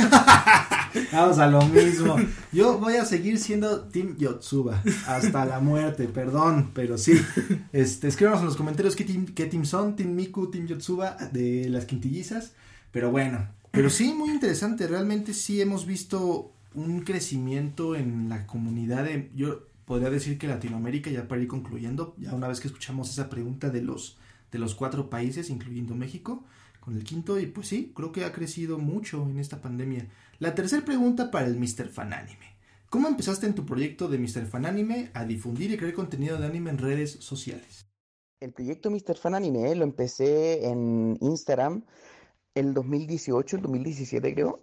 Vamos a lo mismo. Yo voy a seguir siendo Team Yotsuba hasta la muerte, perdón, pero sí. Escríbanos en los comentarios qué team son, Team Miku, Team Yotsuba, de las quintillizas. Pero bueno, pero sí, muy interesante. Realmente sí hemos visto un crecimiento en la comunidad yo podría decir que Latinoamérica, ya para ir concluyendo, ya una vez que escuchamos esa pregunta de los 4 países, incluyendo México, con el quinto, y pues sí, creo que ha crecido mucho en esta pandemia. La tercera pregunta para el Mr. Fananime. ¿Cómo empezaste en tu proyecto de Mr. Fananime a difundir y crear contenido de anime en redes sociales? El proyecto Mr. Fananime lo empecé en Instagram el 2018, el 2017 creo.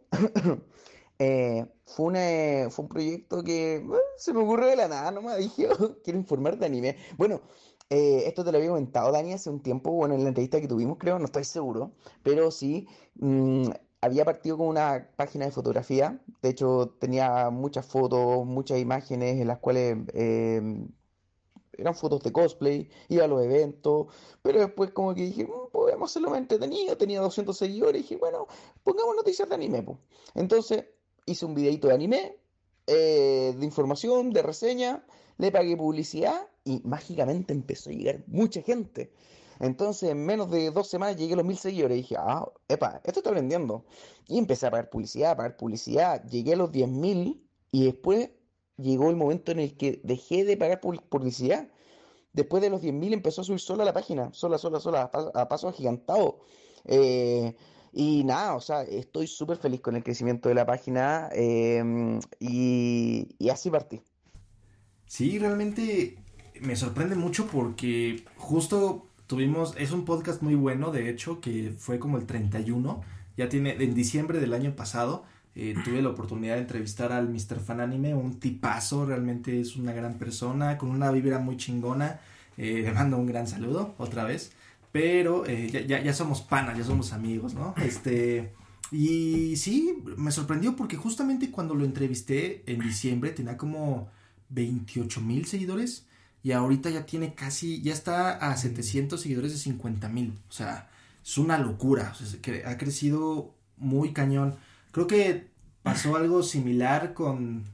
Fue un proyecto que se me ocurrió de la nada, nomás dije, quiero informar de anime. Bueno, esto te lo había comentado, Dani, hace un tiempo, bueno, en la entrevista que tuvimos, creo, no estoy seguro, pero sí, había partido con una página de fotografía. De hecho, tenía muchas fotos, muchas imágenes en las cuales eran fotos de cosplay, iba a los eventos, pero después como que dije, podemos hacerlo más entretenido, tenía 200 seguidores, y dije, bueno, pongamos noticias de anime, po. Entonces hice un videito de anime, de información, de reseña, le pagué publicidad y mágicamente empezó a llegar mucha gente. Entonces en menos de 2 semanas llegué a los 1000 seguidores y dije, epa, esto está vendiendo. Y empecé a pagar publicidad, llegué a los 10.000 y después llegó el momento en el que dejé de pagar publicidad. Después de los 10.000 empezó a subir sola la página, sola, a paso agigantado. Y nada, o sea, estoy súper feliz con el crecimiento de la página, y así partí. Sí, realmente me sorprende mucho porque justo es un podcast muy bueno, de hecho, que fue como el 31, ya tiene, en diciembre del año pasado, tuve la oportunidad de entrevistar al Mr. Fan Anime, un tipazo, realmente es una gran persona, con una vibra muy chingona, le mando un gran saludo otra vez, pero ya somos panas, ya somos amigos, ¿no? Y sí, me sorprendió porque justamente cuando lo entrevisté en diciembre tenía como 28,000 seguidores y ahorita ya está a 700 seguidores de 50,000, o sea, es una locura, o sea, que ha crecido muy cañón. Creo que pasó algo similar con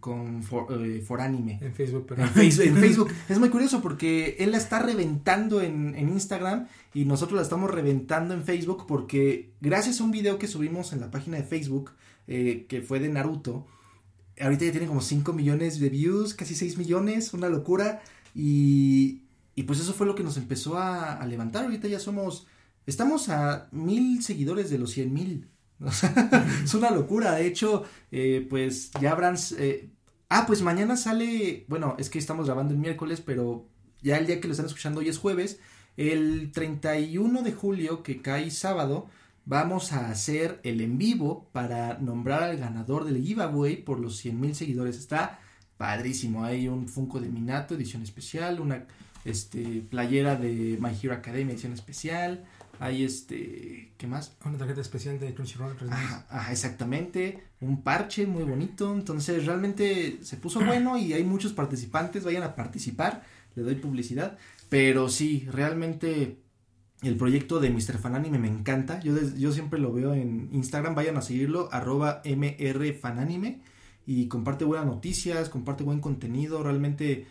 Foranime. En Facebook, pero... En Facebook. Es muy curioso porque él la está reventando en Instagram y nosotros la estamos reventando en Facebook porque gracias a un video que subimos en la página de Facebook, que fue de Naruto, ahorita ya tiene como 5 millones de views, casi 6 millones, una locura. Y pues eso fue lo que nos empezó a levantar. Ahorita ya estamos a 1,000 seguidores de los 100,000. O sea, es una locura. De hecho, pues ya habrán... pues mañana sale... Bueno, es que estamos grabando el miércoles, pero ya el día que lo están escuchando hoy es jueves. El 31 de julio, que cae sábado, vamos a hacer el en vivo para nombrar al ganador del giveaway por los 100,000 seguidores. Está padrísimo. Hay un Funko de Minato, edición especial, una playera de My Hero Academia, edición especial. Hay ¿qué más? Una tarjeta especial de Crunchyroll. Ajá, exactamente. Un parche muy bonito. Entonces realmente se puso bueno y hay muchos participantes. Vayan a participar. Le doy publicidad. Pero sí, realmente el proyecto de Mr. Fan Anime me encanta. Yo siempre lo veo en Instagram. Vayan a seguirlo, @mrfananime. Y comparte buenas noticias, comparte buen contenido. Realmente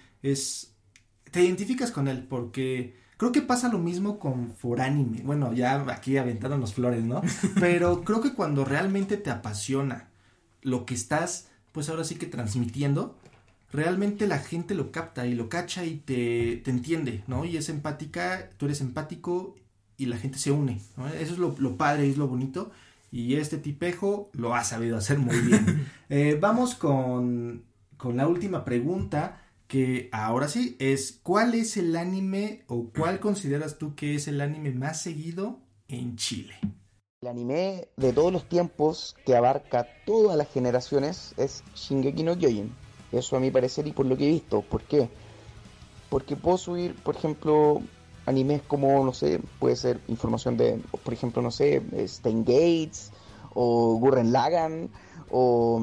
te identificas con él porque creo que pasa lo mismo con Foranime. Bueno, ya aquí aventándonos flores, ¿no? Pero creo que cuando realmente te apasiona lo que estás, pues ahora sí que transmitiendo, realmente la gente lo capta y lo cacha y te entiende, ¿no? Y es empática, tú eres empático y la gente se une, ¿no? Eso es lo padre, es lo bonito. Y este tipejo lo ha sabido hacer muy bien. Vamos con la última pregunta, que ahora sí es: ¿cuál es el anime o cuál consideras tú que es el anime más seguido en Chile? El anime de todos los tiempos que abarca todas las generaciones es Shingeki no Kyojin. Eso a mi parecer y por lo que he visto. ¿Por qué? Porque puedo subir, por ejemplo, animes como, no sé, puede ser información de, por ejemplo, no sé, Steins Gate o Gurren Lagann o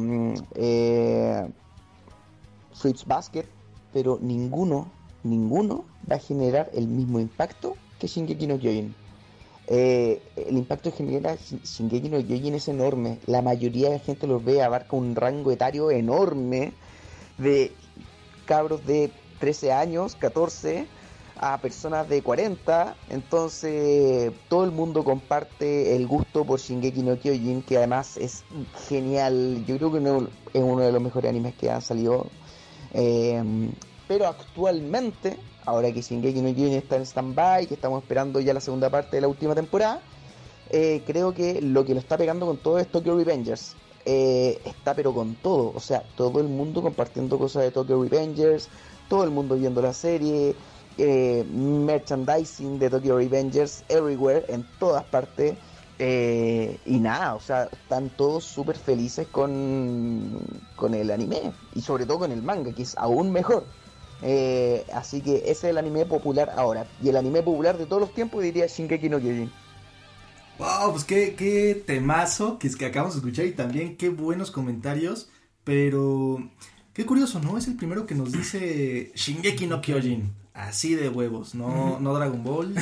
Fruits Basket, pero ninguno va a generar el mismo impacto que Shingeki no Kyojin. El impacto que genera Shingeki no Kyojin es enorme. La mayoría de la gente los ve, abarca un rango etario enorme de cabros de 13 años, 14 a personas de 40, entonces todo el mundo comparte el gusto por Shingeki no Kyojin, que además es genial. Yo creo que es uno de los mejores animes que han salido, pero actualmente, ahora que Shingeki no Kyojin está en stand-by, que estamos esperando ya la segunda parte de la última temporada, creo que lo que lo está pegando con todo es Tokyo Revengers. Está pero con todo, o sea, todo el mundo compartiendo cosas de Tokyo Revengers, todo el mundo viendo la serie, merchandising de Tokyo Revengers everywhere, en todas partes, y nada, o sea, están todos súper felices con el anime y sobre todo con el manga, que es aún mejor. Así que ese es el anime popular ahora, y el anime popular de todos los tiempos diría Shingeki no Kyojin. Wow, pues qué temazo que es que acabamos de escuchar y también qué buenos comentarios, pero qué curioso, ¿no? Es el primero que nos dice Shingeki no Kyojin, así de huevos, no Dragon Ball.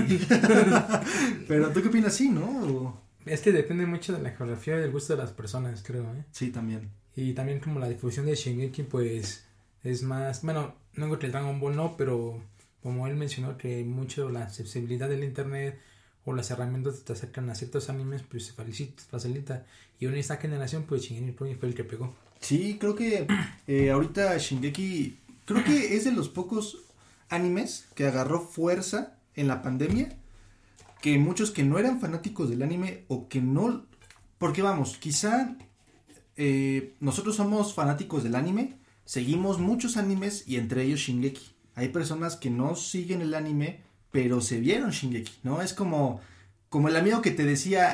Pero tú qué opinas, sí, ¿no? Es que depende mucho de la geografía y del gusto de las personas, creo, ¿eh? Sí, también. Y también como la difusión de Shingeki, pues es más, bueno, no digo que el Dragon Ball no, pero como él mencionó que mucho la accesibilidad del internet o las herramientas que te acercan a ciertos animes, pues se facilita. Y en esta generación, pues Shingeki fue el que pegó. Sí, creo que ahorita Shingeki, creo que es de los pocos animes que agarró fuerza en la pandemia, que muchos que no eran fanáticos del anime o que no, porque vamos, quizá nosotros somos fanáticos del anime, seguimos muchos animes y entre ellos Shingeki. Hay personas que no siguen el anime, pero se vieron Shingeki, ¿no? Es como el amigo que te decía,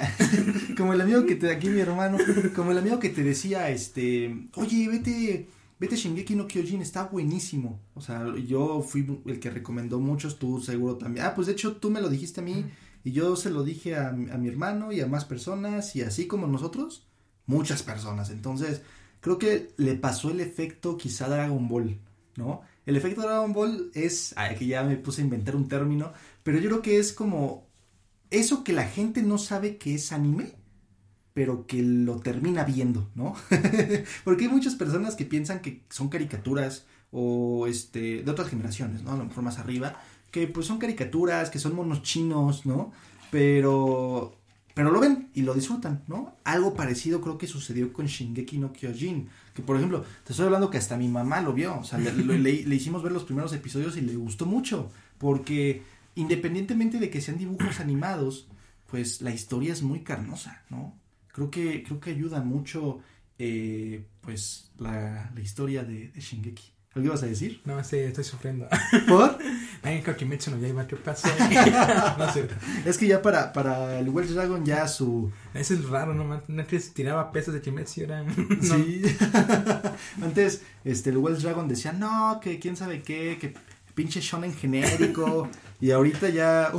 aquí mi hermano, como el amigo que te decía, oye, vete Shingeki no Kyojin, está buenísimo. O sea, yo fui el que recomendó muchos, tú seguro también. Pues de hecho tú me lo dijiste a mí y yo se lo dije a mi hermano y a más personas y así como nosotros, muchas personas. Entonces, creo que le pasó el efecto quizá Dragon Ball, ¿no? El efecto Dragon Ball es, aquí ya me puse a inventar un término, pero yo creo que es como eso que la gente no sabe que es anime, pero que lo termina viendo, ¿no? Porque hay muchas personas que piensan que son caricaturas o de otras generaciones, ¿no? A lo mejor más arriba, que pues son caricaturas, que son monos chinos, ¿no? Pero lo ven y lo disfrutan, ¿no? Algo parecido creo que sucedió con Shingeki no Kyojin, que por ejemplo, te estoy hablando que hasta mi mamá lo vio, o sea, le hicimos ver los primeros episodios y le gustó mucho, porque independientemente de que sean dibujos animados, pues la historia es muy carnosa, ¿no? Creo que ayuda mucho, pues, la historia de Shingeki. ¿Algo ibas a decir? No, sí, estoy sufriendo. ¿Por? Ay, Kimetsu no Yaiba, ¿qué pasó? No sé. Es que ya para el Welsh Dragon ya su... Eso es raro, ¿no? No que tiraba pesos de Kimetsu, era... No. Sí. Antes, el Welsh Dragon decía, no, que quién sabe qué, que pinche shonen genérico. Y ahorita ya,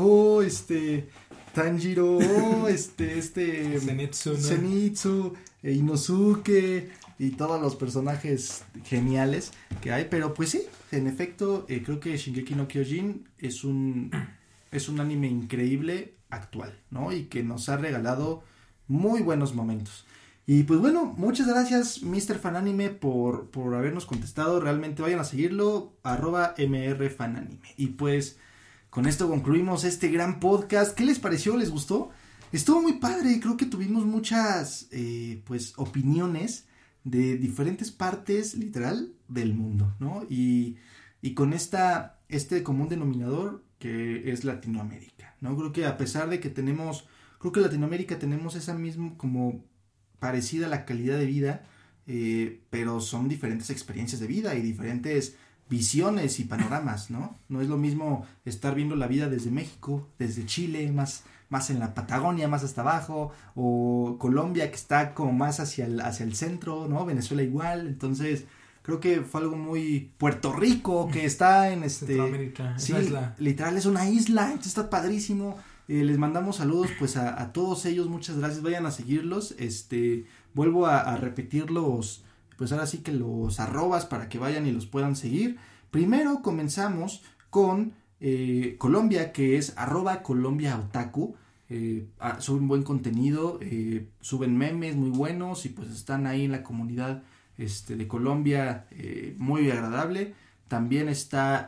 Tanjiro, Zenitsu, ¿no? Zenitsu, Inosuke y todos los personajes geniales que hay, pero pues sí, en efecto, creo que Shingeki no Kyojin es un anime increíble actual, ¿no? Y que nos ha regalado muy buenos momentos. Y pues bueno, muchas gracias Mr. Fananime por habernos contestado, realmente vayan a seguirlo, @mrfananime. Y pues con esto concluimos este gran podcast. ¿Qué les pareció? ¿Les gustó? Estuvo muy padre, creo que tuvimos muchas pues opiniones de diferentes partes, literal, del mundo, ¿no? Y con este común denominador que es Latinoamérica, ¿no? Creo que a pesar de que creo que en Latinoamérica tenemos esa misma, como parecida la calidad de vida, pero son diferentes experiencias de vida y diferentes visiones y panoramas, ¿no? No es lo mismo estar viendo la vida desde México, desde Chile, más en la Patagonia, más hasta abajo, o Colombia que está como más hacia el centro, ¿no? Venezuela igual, entonces creo que fue algo muy Puerto Rico que está en Centroamérica, sí, isla. Literal es una isla, entonces está padrísimo. Les mandamos saludos pues a todos ellos, muchas gracias, vayan a seguirlos, vuelvo a repetir pues ahora sí que los arrobas para que vayan y los puedan seguir. Primero comenzamos con Colombia, que es @colombiaotaku. Suben buen contenido, suben memes muy buenos y pues están ahí en la comunidad de Colombia, muy agradable. También está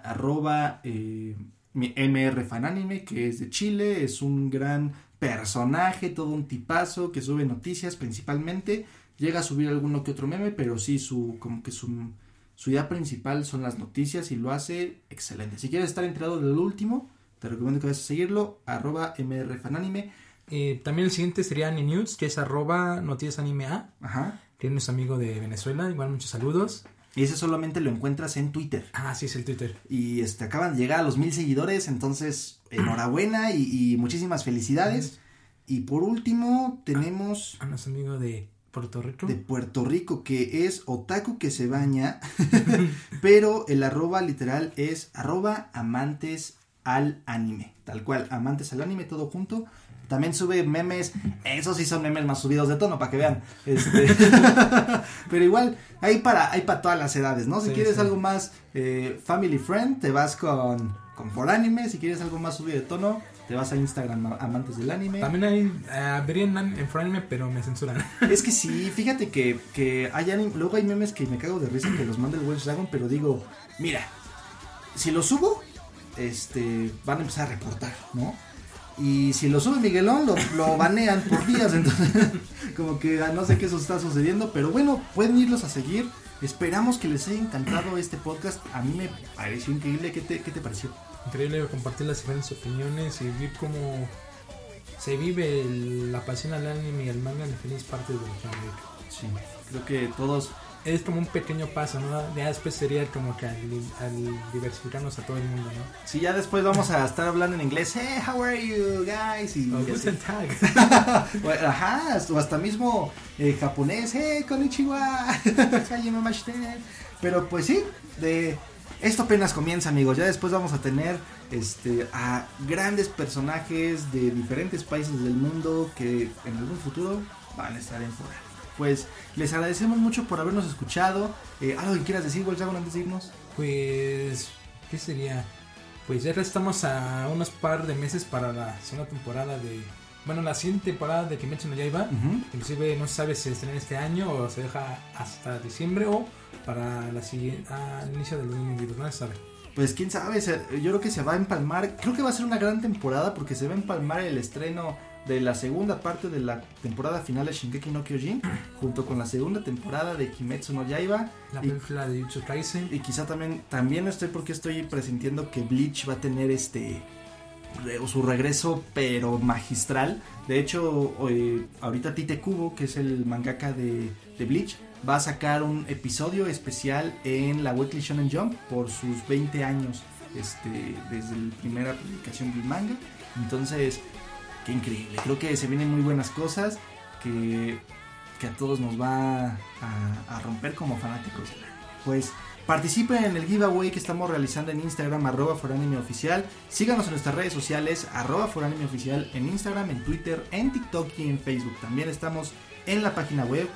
@mrfananime, que es de Chile, es un gran personaje, todo un tipazo que sube noticias principalmente, llega a subir alguno que otro meme, pero sí su idea principal son las noticias y lo hace excelente. Si quieres estar enterado de lo último, te recomiendo que vayas a seguirlo, @mrfananime. También el siguiente sería News, que es @noticiasanimea. Ajá. Que es nuestro amigo de Venezuela, igual muchos saludos. Y ese solamente lo encuentras en Twitter. Sí, es el Twitter. Y acaban de llegar a los 1000 seguidores, entonces enhorabuena y muchísimas felicidades. Y por último tenemos a nuestro amigo de Puerto Rico. De Puerto Rico, que es Otaku que se baña, pero el @ literal es @amantesmx. al anime, tal cual, Amantes al Anime, todo junto. También sube memes, esos sí son memes más subidos de tono, para que vean. Pero igual, hay para todas las edades, ¿no? Si quieres algo más family friend, te vas con Foranime. Si quieres algo más subido de tono, te vas a Instagram, Amantes del Anime. También hay, verían en Foranime, pero me censuran. Es que sí, fíjate que hay anime, luego hay memes que me cago de risa que los manda el Welsh Dragon, pero digo, mira, si lo subo, van a empezar a reportar, ¿no? Y si lo sube Miguelón, lo banean por días, entonces como que no sé qué eso está sucediendo, pero bueno, pueden irlos a seguir. Esperamos que les haya encantado este podcast. A mí me pareció increíble. ¿Qué te pareció? Increíble compartir las diferentes opiniones y ver cómo se vive la pasión al anime y al manga en diferentes partes de Latinoamérica. Sí, creo que todos... Es como un pequeño paso, ¿no? Ya después sería como que al diversificarnos a todo el mundo, ¿no? Sí, ya después vamos a estar hablando en inglés. Hey, how are you guys? Y Guten Tag. Ajá, o hasta mismo japonés. Hey, konnichiwa. Pero pues sí, esto apenas comienza, amigos. Ya después vamos a tener a grandes personajes de diferentes países del mundo que en algún futuro van a estar en Fora. Pues les agradecemos mucho por habernos escuchado. ¿Algo que quieras decir, Wolfgang, antes de irnos? Pues, ¿qué sería? Pues ya estamos a unos par de meses para la segunda temporada la siguiente temporada de Kimetsu no Yaiba. Inclusive no se sabe si se estrena este año o se deja hasta diciembre o para la siguiente, al inicio del 2022, no se sabe. Pues quién sabe, yo creo que se va a empalmar. Creo que va a ser una gran temporada porque se va a empalmar el estreno de la segunda parte de la temporada final de Shingeki no Kyojin junto con la segunda temporada de Kimetsu no Yaiba, la película de Jujutsu Kaisen, y quizá también estoy presintiendo que Bleach va a tener su regreso pero magistral. De hecho, ahorita Tite Kubo, que es el mangaka de Bleach, va a sacar un episodio especial en la Weekly Shonen Jump por sus 20 años desde la primera publicación del manga. Entonces, qué increíble, creo que se vienen muy buenas cosas que a todos nos va a romper como fanáticos. Pues participen en el giveaway que estamos realizando en Instagram, @foranimeoficial. Síganos en nuestras redes sociales, @foranimeoficial, en Instagram, en Twitter, en TikTok y en Facebook. También estamos en la página web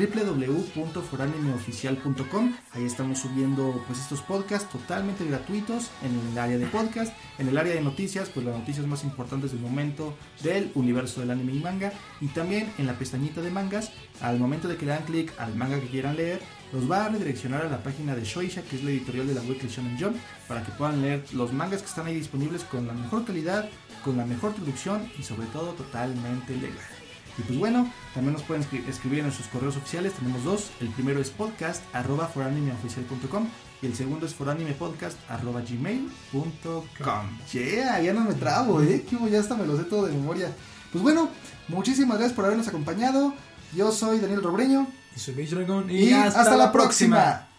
www.foranimeoficial.com. Ahí estamos subiendo pues estos podcasts totalmente gratuitos en el área de podcast. En el área de noticias, pues las noticias más importantes del momento del universo del anime y manga. Y también en la pestañita de mangas, al momento de que le dan clic al manga que quieran leer, los va a redireccionar a la página de Shueisha, que es la editorial de la Weekly Shonen Jump, para que puedan leer los mangas que están ahí disponibles con la mejor calidad, con la mejor traducción y sobre todo totalmente legal. Y pues bueno, también nos pueden escribir en nuestros correos oficiales. Tenemos dos. El primero es podcast@foranimeoficial.com y el segundo es foranimepodcast@gmail.com. Yeah, ya no me trabo, ya hasta me lo sé todo de memoria. Pues bueno, muchísimas gracias por habernos acompañado. Yo soy Daniel Robreño. Y soy Beige Dragon. Y hasta la próxima.